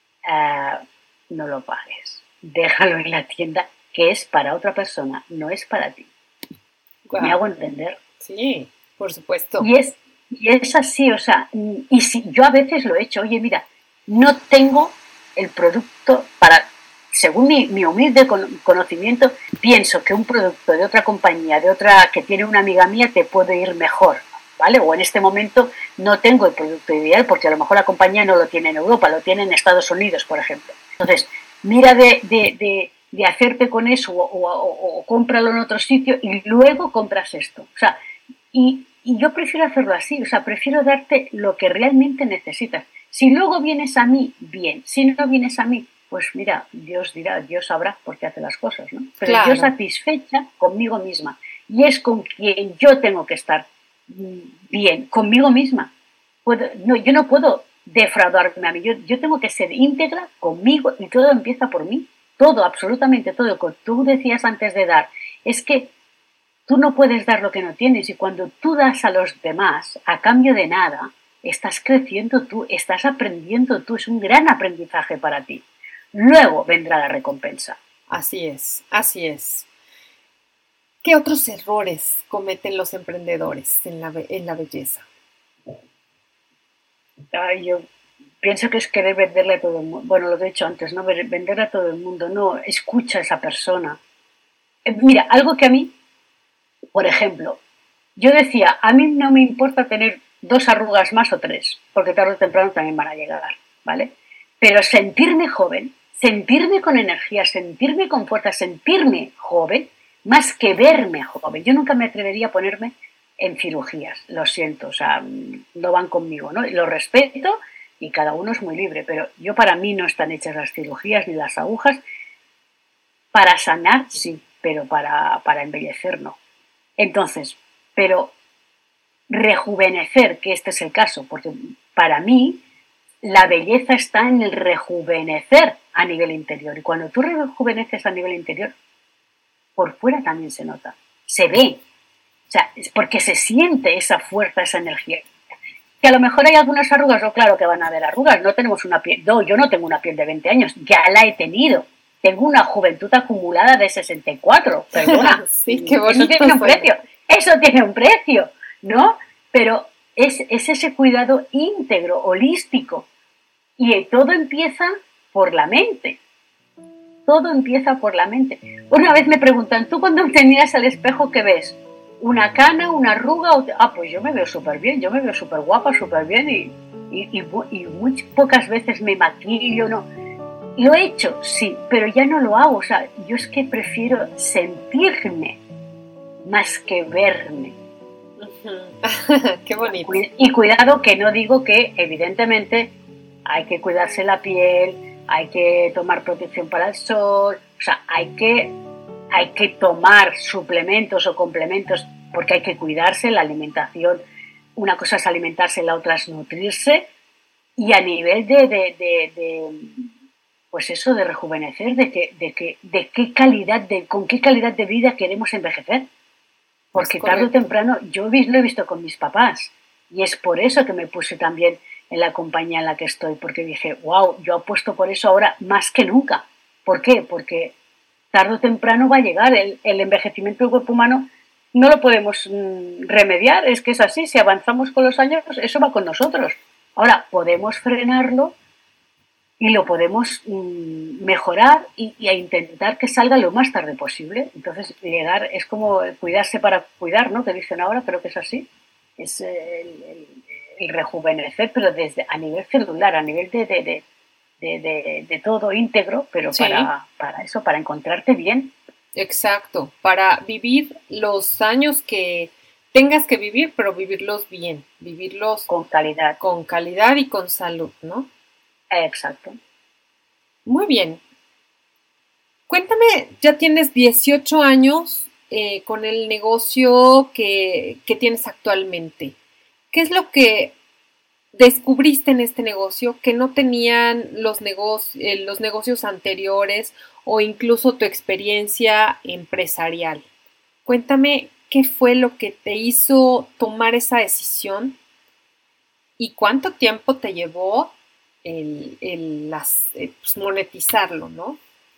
S2: no lo pagues. Déjalo en la tienda, que es para otra persona, no es para ti. Wow. ¿Me hago entender?
S1: Sí, por supuesto.
S2: Y es así, o sea, y si yo a veces lo he hecho, oye, mira, no tengo el producto para, según mi humilde conocimiento, pienso que un producto de otra compañía, de otra que tiene una amiga mía, te puede ir mejor, ¿vale? O en este momento no tengo el producto ideal porque a lo mejor la compañía no lo tiene en Europa, lo tiene en Estados Unidos, por ejemplo. Entonces, mira de hacerte con eso o cómpralo en otro sitio y luego compras esto. O sea, y yo prefiero hacerlo así, o sea, prefiero darte lo que realmente necesitas. Si luego vienes a mí, bien. Si no vienes a mí, pues mira, Dios dirá, Dios sabrá por qué hace las cosas, ¿no? Pero claro, yo satisfecha conmigo misma. Y es con quien yo tengo que estar bien, conmigo misma. Yo no puedo defraudarme a mí. Yo tengo que ser íntegra conmigo y todo empieza por mí. Todo, absolutamente todo. Como tú decías antes de dar, es que tú no puedes dar lo que no tienes y cuando tú das a los demás a cambio de nada, estás creciendo tú, estás aprendiendo tú, es un gran aprendizaje para ti. Luego vendrá la recompensa.
S1: Así es, así es. ¿Qué otros errores cometen los emprendedores en la belleza?
S2: Yo pienso que es querer venderle a todo el mundo. Bueno, lo he dicho antes, ¿no? Venderle a todo el mundo. No, escucha a esa persona. Mira, algo que a mí, por ejemplo, yo decía, a mí no me importa tener 2 arrugas más o 3, porque tarde o temprano también van a llegar, ¿vale? Pero sentirme joven, sentirme con energía, sentirme con fuerza, sentirme joven, más que verme joven. Yo nunca me atrevería a ponerme en cirugías, lo siento, o sea, no van conmigo, ¿no? Lo respeto y cada uno es muy libre, pero yo para mí no están hechas las cirugías ni las agujas. Para sanar, sí, pero para embellecer, no. Entonces, pero rejuvenecer, que este es el caso, porque para mí la belleza está en el rejuvenecer a nivel interior. Y cuando tú rejuveneces a nivel interior, por fuera también se nota, se ve. O sea, es porque se siente esa fuerza, esa energía. Que a lo mejor hay algunas arrugas, o claro que van a haber arrugas, no tenemos una piel, no, yo no tengo una piel de 20 años, ya la he tenido. Tengo una juventud acumulada de 64, perdona.
S1: Sí, qué bonito.
S2: Eso tiene un precio, eso tiene un precio, ¿no? Pero es ese cuidado íntegro, holístico. Y todo empieza por la mente. todo empieza por la mente. Una vez me preguntan, ¿tú cuando te miras al espejo qué ves? ¿Una cana, una arruga? Pues yo me veo súper bien, yo me veo súper guapa, súper bien y muy pocas veces me maquillo, ¿no? Lo he hecho, sí, pero ya no lo hago. O sea, yo es que prefiero sentirme más que verme.
S1: Qué bonito.
S2: Y cuidado, que no digo que evidentemente hay que cuidarse la piel, hay que tomar protección para el sol, o sea, hay que tomar suplementos o complementos porque hay que cuidarse, la alimentación. Una cosa es alimentarse, la otra es nutrirse. Y a nivel pues eso, de rejuvenecer, con qué calidad de vida queremos envejecer. Porque tarde o temprano, yo lo he visto con mis papás, y es por eso que me puse también en la compañía en la que estoy, porque dije, wow, yo apuesto por eso ahora más que nunca. ¿Por qué? Porque tarde o temprano va a llegar el envejecimiento del cuerpo humano, no lo podemos remediar, es que es así, si avanzamos con los años, eso va con nosotros. Ahora, podemos frenarlo y lo podemos mejorar y a intentar que salga lo más tarde posible. Entonces, llegar es como cuidarse para cuidar, ¿no? Que dicen ahora, creo que es así. Es el rejuvenecer, pero a nivel celular, a nivel de todo íntegro, pero sí. para eso, para encontrarte bien.
S1: Exacto, para vivir los años que tengas que vivir, pero vivirlos bien, vivirlos
S2: con calidad.
S1: Con calidad y con salud, ¿no?
S2: Exacto.
S1: Muy bien. Cuéntame, ya tienes 18 años con el negocio que tienes actualmente. ¿Qué es lo que descubriste en este negocio que no tenían los negocios anteriores o incluso tu experiencia empresarial? Cuéntame qué fue lo que te hizo tomar esa decisión y cuánto tiempo te llevó pues monetizarlo, ¿no?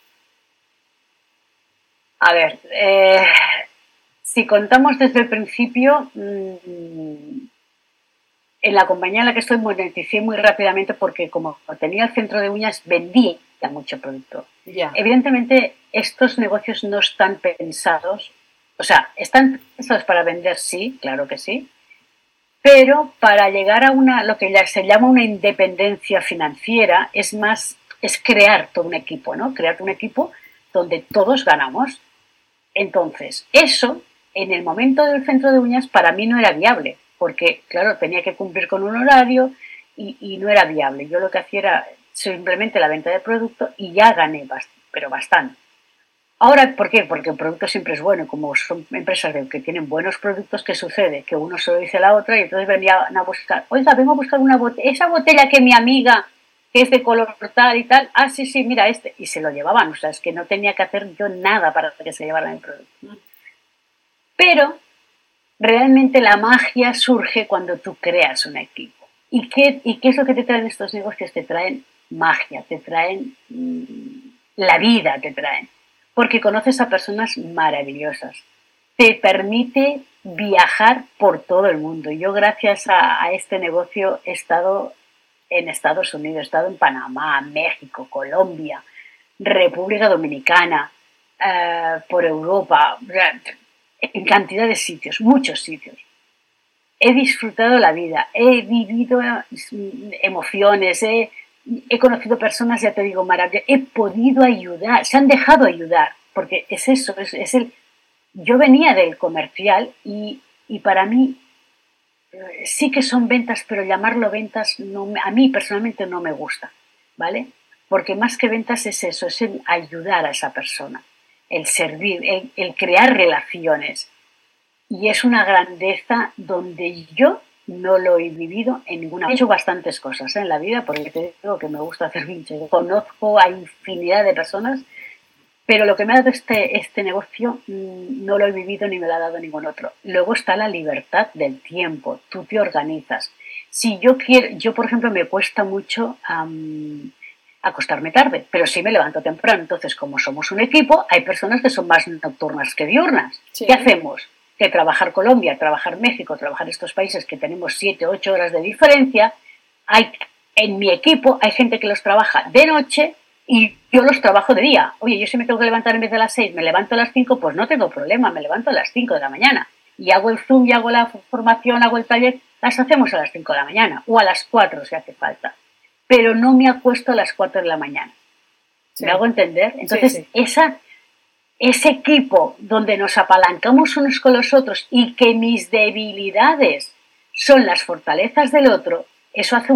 S2: A ver, si contamos desde el principio, en la compañía en la que estoy moneticé muy rápidamente porque como tenía el centro de uñas vendía mucho producto.
S1: Yeah.
S2: Evidentemente estos negocios no están pensados, o sea, están pensados para vender, sí, claro que sí, pero para llegar a lo que se llama una independencia financiera es crear todo un equipo, ¿no? Crear un equipo donde todos ganamos. Entonces, eso, en el momento del centro de uñas, para mí no era viable, porque, claro, tenía que cumplir con un horario y no era viable. Yo lo que hacía era simplemente la venta de producto y ya gané, pero bastante. Ahora, ¿por qué? Porque el producto siempre es bueno. Como son empresas que tienen buenos productos, ¿qué sucede? Que uno se lo dice a la otra y entonces venían a buscar, oiga, vengo a buscar esa botella que mi amiga, que es de color tal y tal, sí, mira este. Y se lo llevaban, o sea, es que no tenía que hacer yo nada para que se llevaran el producto. Pero realmente la magia surge cuando tú creas un equipo. ¿Y qué es lo que te traen estos negocios? Te traen magia, te traen la vida, te traen. Porque conoces a personas maravillosas. Te permite viajar por todo el mundo. Yo gracias a este negocio he estado en Estados Unidos, he estado en Panamá, México, Colombia, República Dominicana, por Europa, en cantidad de sitios, muchos sitios. He disfrutado la vida, he vivido emociones, he conocido personas, ya te digo, maravillosas, he podido ayudar, se han dejado ayudar, porque es eso, yo venía del comercial y para mí sí que son ventas, pero llamarlo ventas a mí personalmente no me gusta, ¿vale? Porque más que ventas es eso, es el ayudar a esa persona, el servir, el crear relaciones. Y es una grandeza donde yo no lo he vivido en ninguna. He hecho bastantes cosas en la vida, porque te digo que me gusta hacer pinches. Conozco a infinidad de personas, pero lo que me ha dado este negocio no lo he vivido ni me lo ha dado ningún otro. Luego está la libertad del tiempo, tú te organizas. Si yo por ejemplo, me cuesta mucho acostarme tarde, pero sí me levanto temprano. Entonces, como somos un equipo, hay personas que son más nocturnas que diurnas. Sí. ¿Qué hacemos? Que trabajar Colombia, trabajar México, trabajar estos países que tenemos 7, 8 horas de diferencia, en mi equipo hay gente que los trabaja de noche Y yo los trabajo de día. Oye, yo si me tengo que levantar en vez de las 6, me levanto a las 5, pues no tengo problema, me levanto a las 5 de la mañana. Y hago el Zoom, y hago la formación, hago el taller, las hacemos a las 5 de la mañana o a las 4 si hace falta. Pero no me acuesto a las 4 de la mañana.
S1: Sí.
S2: ¿Me hago entender? Entonces,
S1: Sí, sí.
S2: ese equipo donde nos apalancamos unos con los otros y que mis debilidades son las fortalezas del otro, eso hace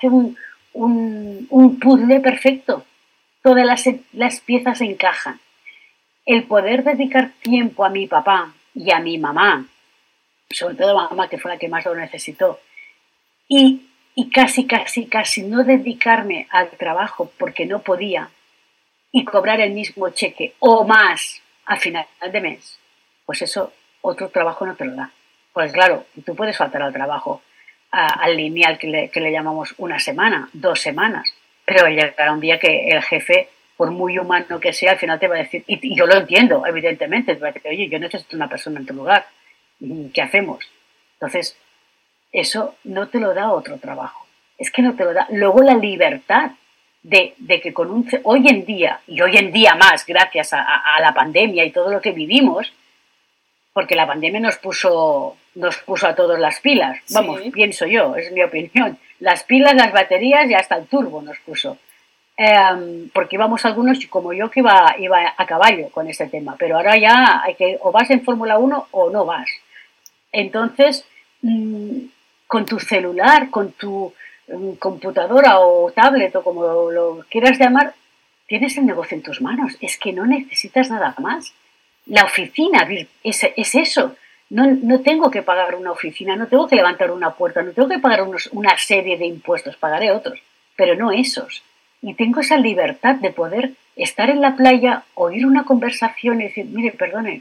S2: un puzzle perfecto. Todas las piezas encajan. El poder dedicar tiempo a mi papá y a mi mamá, sobre todo a mamá, que fue la que más lo necesitó, y casi no dedicarme al trabajo porque no podía, y cobrar el mismo cheque o más a final de mes, pues eso otro trabajo no te lo da. Pues claro, tú puedes faltar al trabajo al lineal que le llamamos una semana, 2 semanas, pero llegará un día que el jefe, por muy humano que sea, al final te va a decir, y yo lo entiendo, evidentemente, te va a decir, oye, yo necesito una persona en tu lugar, ¿qué hacemos? Entonces, eso no te lo da otro trabajo, es que no te lo da. Luego la libertad de que hoy en día, y hoy en día más, gracias a la pandemia y todo lo que vivimos, porque la pandemia nos puso a todos las pilas, vamos,
S1: Sí.
S2: pienso yo, es mi opinión, las pilas, las baterías y hasta el turbo nos puso. Porque íbamos algunos como yo que iba a caballo con este tema, pero ahora ya hay que, o vas en Fórmula 1 o no vas. Entonces, con tu celular, con tu computadora o tablet o como lo quieras llamar, tienes el negocio en tus manos. Es que no necesitas nada más. La oficina es eso. No tengo que pagar una oficina, no tengo que levantar una puerta, no tengo que pagar una serie de impuestos, pagaré otros, pero no esos. Y tengo esa libertad de poder estar en la playa, oír una conversación y decir, mire, perdone,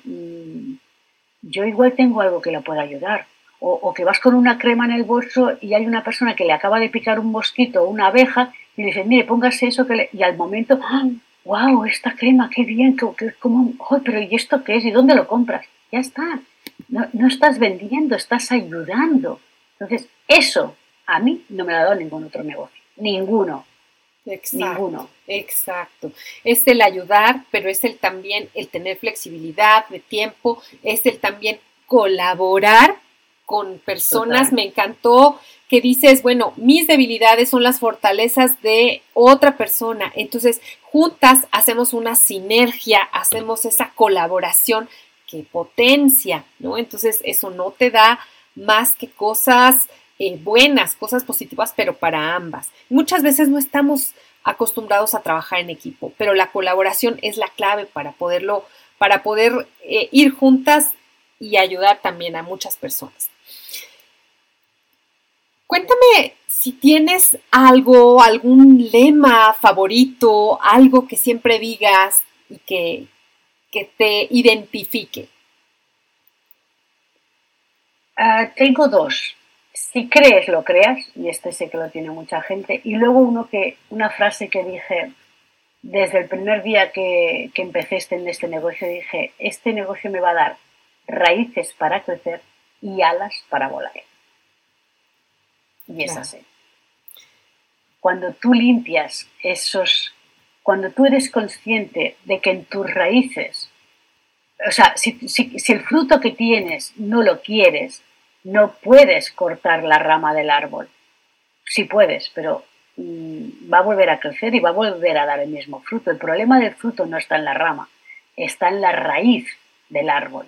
S2: yo igual tengo algo que la pueda ayudar. O que vas con una crema en el bolso y hay una persona que le acaba de picar un mosquito o una abeja y le dices, mire, póngase eso y al momento, ¡oh, wow, esta crema, qué bien, ¿cómo? Oh, pero ¿y esto qué es? ¿Y dónde lo compras? Ya está. No estás vendiendo, estás ayudando. Entonces, eso a mí no me lo ha dado ningún otro negocio. Ninguno.
S1: Exacto,
S2: Ninguno.
S1: exacto. Es el ayudar, pero es el también el tener flexibilidad de tiempo, es el también colaborar con personas.
S2: Total.
S1: Me encantó que dices, bueno, mis debilidades son las fortalezas de otra persona. Entonces, juntas hacemos una sinergia, hacemos esa colaboración que potencia, ¿no? Entonces, eso no te da más que cosas buenas, cosas positivas, pero para ambas. Muchas veces no estamos acostumbrados a trabajar en equipo, pero la colaboración es la clave para poder ir juntas y ayudar también a muchas personas. Cuéntame si tienes algo, algún lema favorito, algo que siempre digas y que te identifique.
S2: Tengo dos. Si crees, lo creas, y este sé que lo tiene mucha gente. Y luego una frase que dije desde el primer día que empecé en este negocio, dije, este negocio me va a dar raíces para crecer y alas para volar. Y es
S1: Claro.
S2: así. Cuando tú limpias cuando tú eres consciente de que en tus raíces, o sea, si el fruto que tienes no lo quieres, no puedes cortar la rama del árbol. Sí puedes, pero va a volver a crecer y va a volver a dar el mismo fruto. El problema del fruto no está en la rama, está en la raíz del árbol.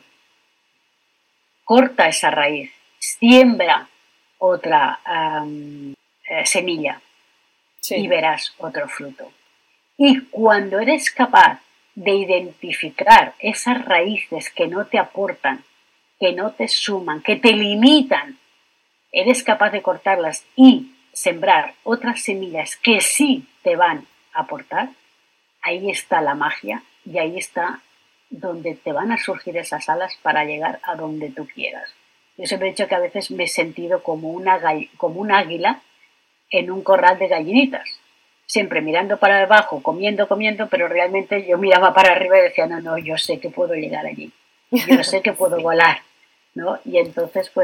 S2: Corta esa raíz, siembra otra semilla y
S1: Sí.
S2: verás otro fruto. Y cuando eres capaz de identificar esas raíces que no te aportan, que no te suman, que te limitan, eres capaz de cortarlas y sembrar otras semillas que sí te van a aportar, ahí está la magia y ahí está donde te van a surgir esas alas para llegar a donde tú quieras. Yo siempre he dicho que a veces me he sentido como un águila en un corral de gallinitas, siempre mirando para abajo, comiendo, pero realmente yo miraba para arriba y decía, no, yo sé que puedo llegar allí, yo sé que puedo
S1: Sí.
S2: volar, ¿no? Y entonces, pues,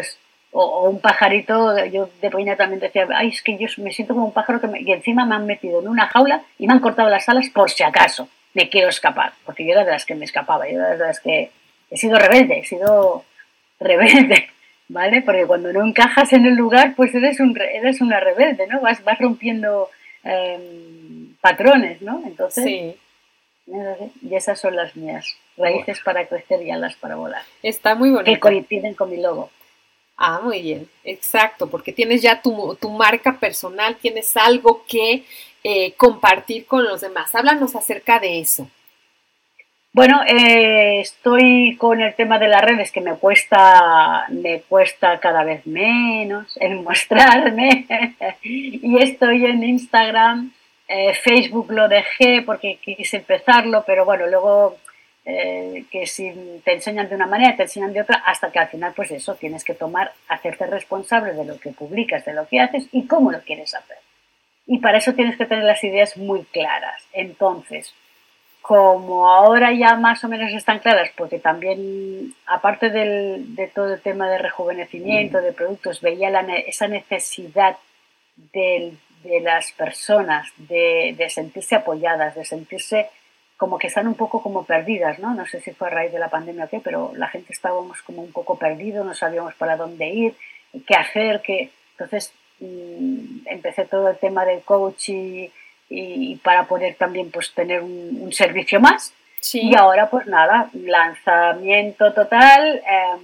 S2: O un pajarito, yo de pequeña también decía, ay, es que yo me siento como un pájaro y encima me han metido en una jaula y me han cortado las alas por si acaso me quiero escapar, porque yo era de las que me escapaba, yo era de las que he sido rebelde, ¿vale? Porque cuando no encajas en el lugar, pues eres una rebelde, ¿no? Vas rompiendo patrones, ¿no? Entonces,
S1: Sí.
S2: y esas son las mías, raíces para crecer y alas para volar,
S1: Está muy
S2: que
S1: bonita.
S2: coinciden con mi logo.
S1: Ah, muy bien, exacto, porque tienes ya tu marca personal, tienes algo que compartir con los demás. Háblanos acerca de eso.
S2: Bueno, estoy con el tema de las redes que me cuesta cada vez menos el mostrarme y estoy en Instagram, Facebook lo dejé porque quise empezarlo, pero bueno, luego que si te enseñan de una manera, te enseñan de otra, hasta que al final pues eso, tienes que hacerte responsable de lo que publicas, de lo que haces y cómo lo quieres hacer. Y para eso tienes que tener las ideas muy claras. Entonces, como ahora ya más o menos están claras, porque también, aparte de todo el tema de rejuvenecimiento, de productos, veía esa necesidad de las personas de sentirse apoyadas, de sentirse como que están un poco como perdidas, ¿no? No sé si fue a raíz de la pandemia o qué, pero la gente estábamos como un poco perdidos, no sabíamos para dónde ir, qué hacer, Entonces empecé todo el tema del coach y para poder también pues tener un servicio más.
S1: Sí.
S2: Y ahora pues nada, lanzamiento total.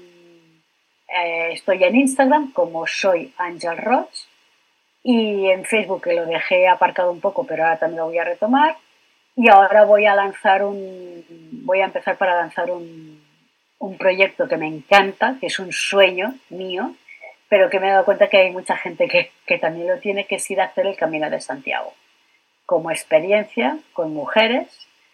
S2: Estoy en Instagram como soy Ángel Roig y en Facebook que lo dejé aparcado un poco, pero ahora también lo voy a retomar. Y ahora voy a empezar para lanzar un proyecto que me encanta, que es un sueño mío, pero que me he dado cuenta que hay mucha gente que también lo tiene, que es ir a hacer el Camino de Santiago como experiencia con mujeres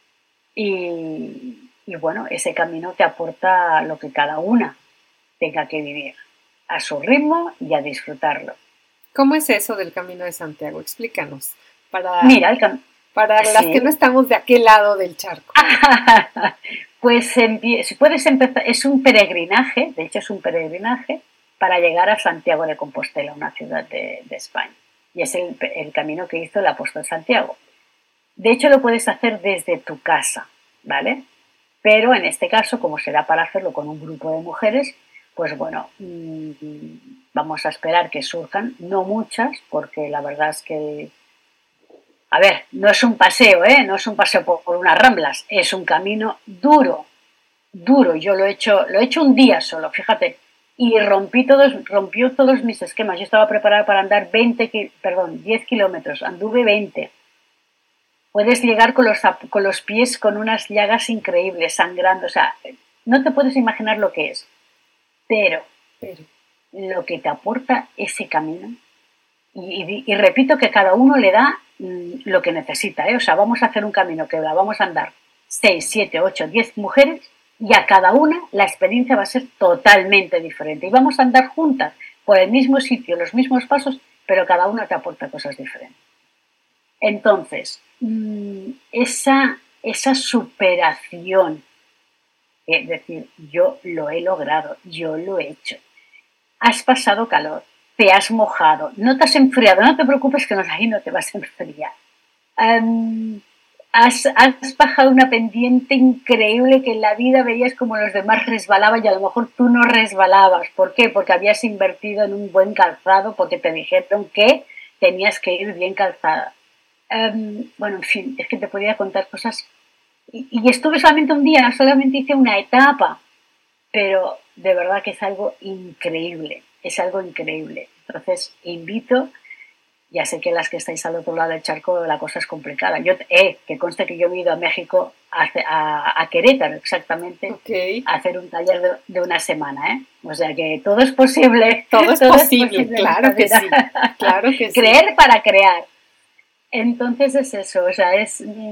S2: y bueno, ese camino te aporta lo que cada una tenga que vivir a su ritmo y a disfrutarlo.
S1: ¿Cómo es eso del Camino de Santiago? Explícanos,
S2: Mira,
S1: para las que no estamos de aquel lado del charco.
S2: Pues si puedes empezar, es un peregrinaje, de hecho es un peregrinaje para llegar a Santiago de Compostela, una ciudad de España. Y es el camino que hizo el apóstol Santiago. De hecho, lo puedes hacer desde tu casa, ¿vale? Pero en este caso, como será para hacerlo con un grupo de mujeres, pues bueno, vamos a esperar que surjan, no muchas, porque la verdad es que, a ver, no es un paseo, no es un paseo por unas ramblas, es un camino duro, duro. Yo lo he hecho un día solo, fíjate, y rompió todos mis esquemas. Yo estaba preparada para andar 10 kilómetros, anduve 20. Puedes llegar con los pies con unas llagas increíbles, sangrando, o sea, no te puedes imaginar lo que es, pero lo que te aporta ese camino, y repito que cada uno le da lo que necesita, o sea, vamos a hacer un camino que la vamos a andar 6, 7, 8, 10 mujeres y a cada una la experiencia va a ser totalmente diferente y vamos a andar juntas por el mismo sitio, los mismos pasos, pero cada una te aporta cosas diferentes. Entonces, esa superación, es decir, yo lo he logrado, yo lo he hecho. Has pasado calor, te has mojado, no te has enfriado, no te preocupes que ahí no te vas a enfriar. Has bajado una pendiente increíble que en la vida veías como los demás resbalaban y a lo mejor tú no resbalabas. ¿Por qué? Porque habías invertido en un buen calzado, porque te dijeron que tenías que ir bien calzada. Bueno, en fin, es que te podía contar cosas. Y estuve solamente un día, solamente hice una etapa, pero de verdad que es algo increíble, es algo increíble. Entonces, invito, ya sé que las que estáis al otro lado del charco la cosa es complicada. Que conste que yo he ido a México, a Querétaro exactamente, a hacer un taller de una semana, O sea que todo es posible.
S1: Todo es posible, claro que sí, claro que sí.
S2: Creer para crear. Entonces es eso, o sea,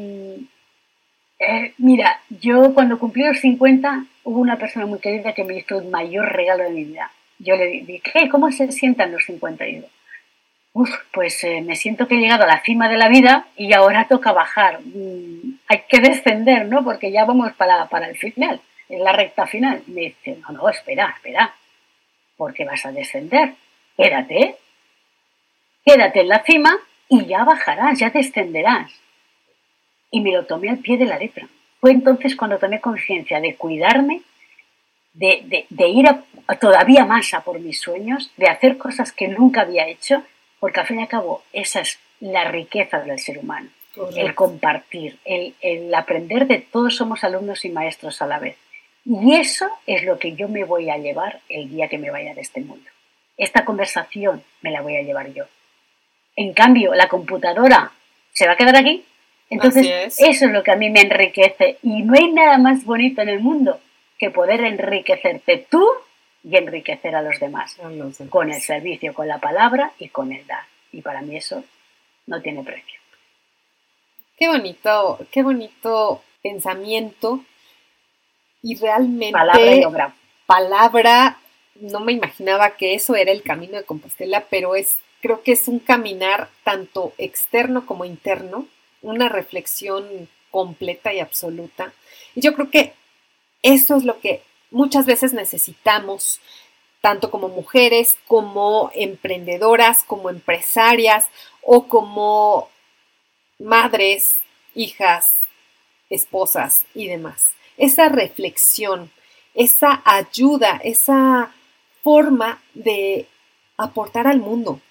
S2: mira, yo cuando cumplí los 50 hubo una persona muy querida que me hizo el mayor regalo de mi vida. Yo le dije, ¿cómo se sientan los 50? Y digo, pues me siento que he llegado a la cima de la vida y ahora toca bajar. Hay que descender, ¿no? Porque ya vamos para el final, en la recta final. Me dice, no, espera. porque vas a descender. Quédate en la cima y ya bajarás, ya descenderás. Y me lo tomé al pie de la letra. Fue entonces cuando tomé conciencia de cuidarme, de ir todavía más a por mis sueños, de hacer cosas que nunca había hecho, porque al fin y al cabo esa es la riqueza del ser humano. Correcto. El compartir, el aprender de todos somos alumnos y maestros a la vez. Y eso es lo que yo me voy a llevar el día que me vaya de este mundo. Esta conversación me la voy a llevar yo. En cambio, la computadora se va a quedar aquí. Entonces, eso es lo que a mí me enriquece. Y no hay nada más bonito en el mundo que poder enriquecerte tú y enriquecer a los demás. Con el servicio, con la palabra y con el dar. Y para mí eso no tiene precio.
S1: Qué bonito pensamiento. Y realmente,
S2: palabra y obra.
S1: Palabra, no me imaginaba que eso era el camino de Compostela, pero creo que es un caminar tanto externo como interno, una reflexión completa y absoluta. Y yo creo que eso es lo que muchas veces necesitamos, tanto como mujeres, como emprendedoras, como empresarias o como madres, hijas, esposas y demás. Esa reflexión, esa ayuda, esa forma de aportar al mundo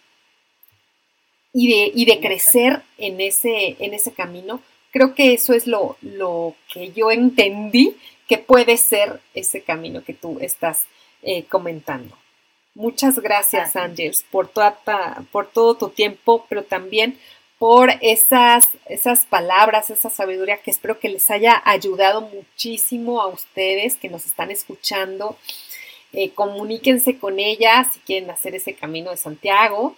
S1: y de crecer en ese camino. Creo que eso es lo que yo entendí que puede ser ese camino que tú estás comentando. Muchas gracias, Ángeles, por todo tu tiempo, pero también por esas palabras, esa sabiduría que espero que les haya ayudado muchísimo a ustedes que nos están escuchando. Comuníquense con ellas si quieren hacer ese camino de Santiago.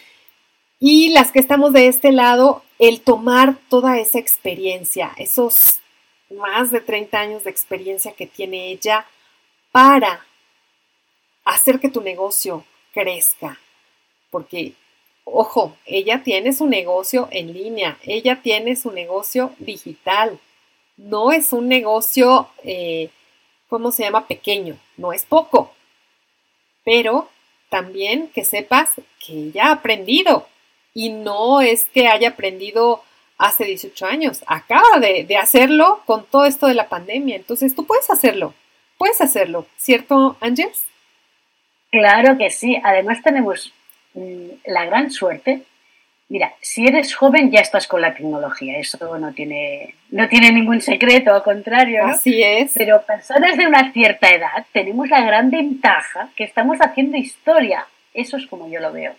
S1: Y las que estamos de este lado, el tomar toda esa experiencia, esos más de 30 años de experiencia que tiene ella para hacer que tu negocio crezca. Porque ojo, ella tiene su negocio en línea, ella tiene su negocio digital, no es un negocio, ¿cómo se llama? Pequeño, no es poco, pero también que sepas que ella ha aprendido y no es que haya aprendido hace 18 años, acaba de hacerlo con todo esto de la pandemia, entonces tú puedes hacerlo, ¿cierto, Ángeles?
S2: Claro que sí, además tenemos la gran suerte. Mira, si eres joven ya estás con la tecnología, eso no tiene ningún secreto, al contrario, ¿no?
S1: Así es.
S2: Pero personas de una cierta edad tenemos la gran ventaja que estamos haciendo historia. Eso es como yo lo veo.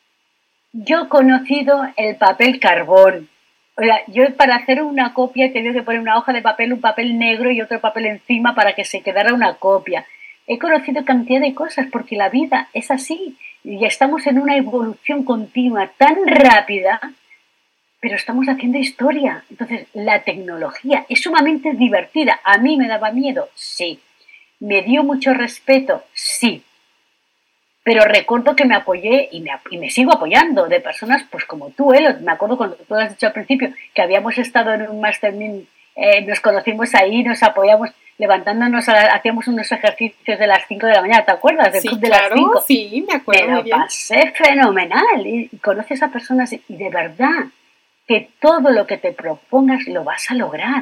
S2: Yo he conocido el papel carbón. O sea, yo para hacer una copia he tenido que poner una hoja de papel, un papel negro y otro papel encima para que se quedara una copia. He conocido cantidad de cosas porque la vida es así. Y estamos en una evolución continua tan rápida, pero estamos haciendo historia. Entonces, la tecnología es sumamente divertida. ¿A mí me daba miedo? Sí. ¿Me dio mucho respeto? Sí. Pero recuerdo que me apoyé y me sigo apoyando de personas pues como tú, me acuerdo cuando tú has dicho al principio que habíamos estado en un mastermind, nos conocimos ahí, nos apoyamos, levantándonos, hacíamos unos ejercicios de las 5 de la mañana, ¿te acuerdas? Del club de las 5.
S1: Sí, me acuerdo.
S2: Me lo pasé fenomenal y conoces a personas y de verdad que todo lo que te propongas lo vas a lograr.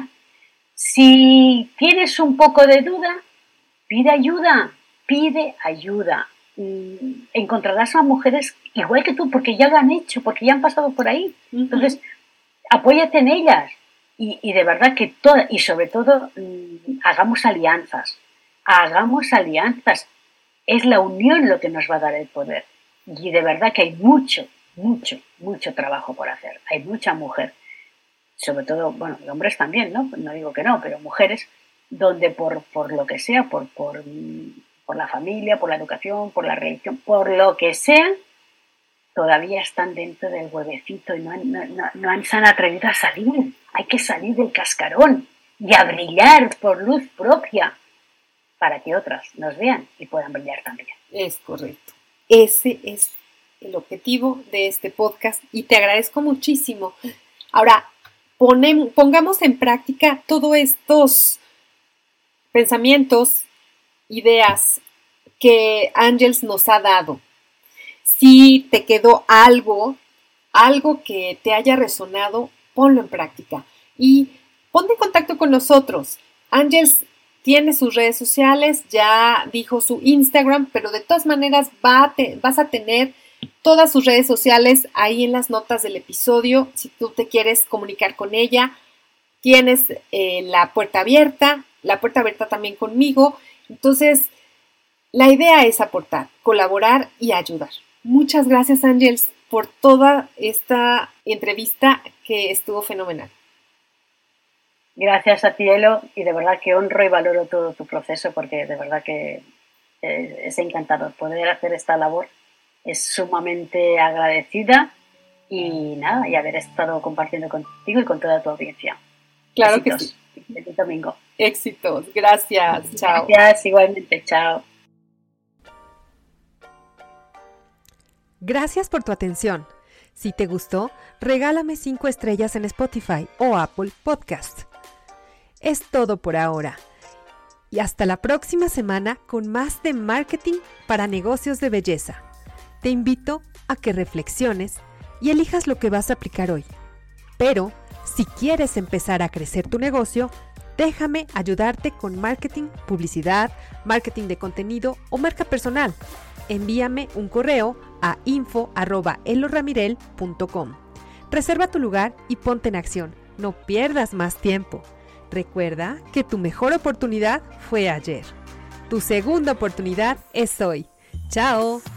S2: Si tienes un poco de duda, pide ayuda. Encontrarás a mujeres igual que tú porque ya lo han hecho, porque ya han pasado por ahí. Entonces, apóyate en ellas. Y de verdad que y sobre todo, hagamos alianzas. Es la unión lo que nos va a dar el poder. Y de verdad que hay mucho trabajo por hacer. Hay mucha mujer, sobre todo, bueno, y hombres también, ¿no? No digo que no, pero mujeres, donde por lo que sea, por la familia, por la educación, por la religión, por lo que sea, todavía están dentro del huevecito y no se han atrevido a salir. Hay que salir del cascarón y a brillar por luz propia para que otras nos vean y puedan brillar también.
S1: Es correcto. Ese es el objetivo de este podcast y te agradezco muchísimo. Ahora, pongamos en práctica todos estos pensamientos, ideas, que Ángels nos ha dado. Si te quedó algo que te haya resonado, ponlo en práctica y ponte en contacto con nosotros. Ángels tiene sus redes sociales, ya dijo su Instagram, pero de todas maneras vas a tener todas sus redes sociales ahí en las notas del episodio. Si tú te quieres comunicar con ella, tienes la puerta abierta también conmigo. Entonces, la idea es aportar, colaborar y ayudar. Muchas gracias, Ángels, por toda esta entrevista que estuvo fenomenal.
S2: Gracias a ti, Elo, y de verdad que honro y valoro todo tu proceso porque de verdad que es encantador poder hacer esta labor. Es sumamente agradecida y nada, y haber estado compartiendo contigo y con toda tu audiencia.
S1: Claro.
S2: Éxitos.
S1: Que sí.
S2: Feliz domingo.
S1: Éxitos. Gracias. Chao.
S2: Gracias, igualmente. Chao.
S3: Gracias por tu atención. Si te gustó, regálame 5 estrellas en Spotify o Apple Podcast. Es todo por ahora. Y hasta la próxima semana con más de marketing para negocios de belleza. Te invito a que reflexiones y elijas lo que vas a aplicar hoy. Pero, si quieres empezar a crecer tu negocio, déjame ayudarte con marketing, publicidad, marketing de contenido o marca personal. Envíame un correo a info@eloramirel.com. Reserva tu lugar y ponte en acción. No pierdas más tiempo. Recuerda que tu mejor oportunidad fue ayer. Tu segunda oportunidad es hoy. ¡Chao!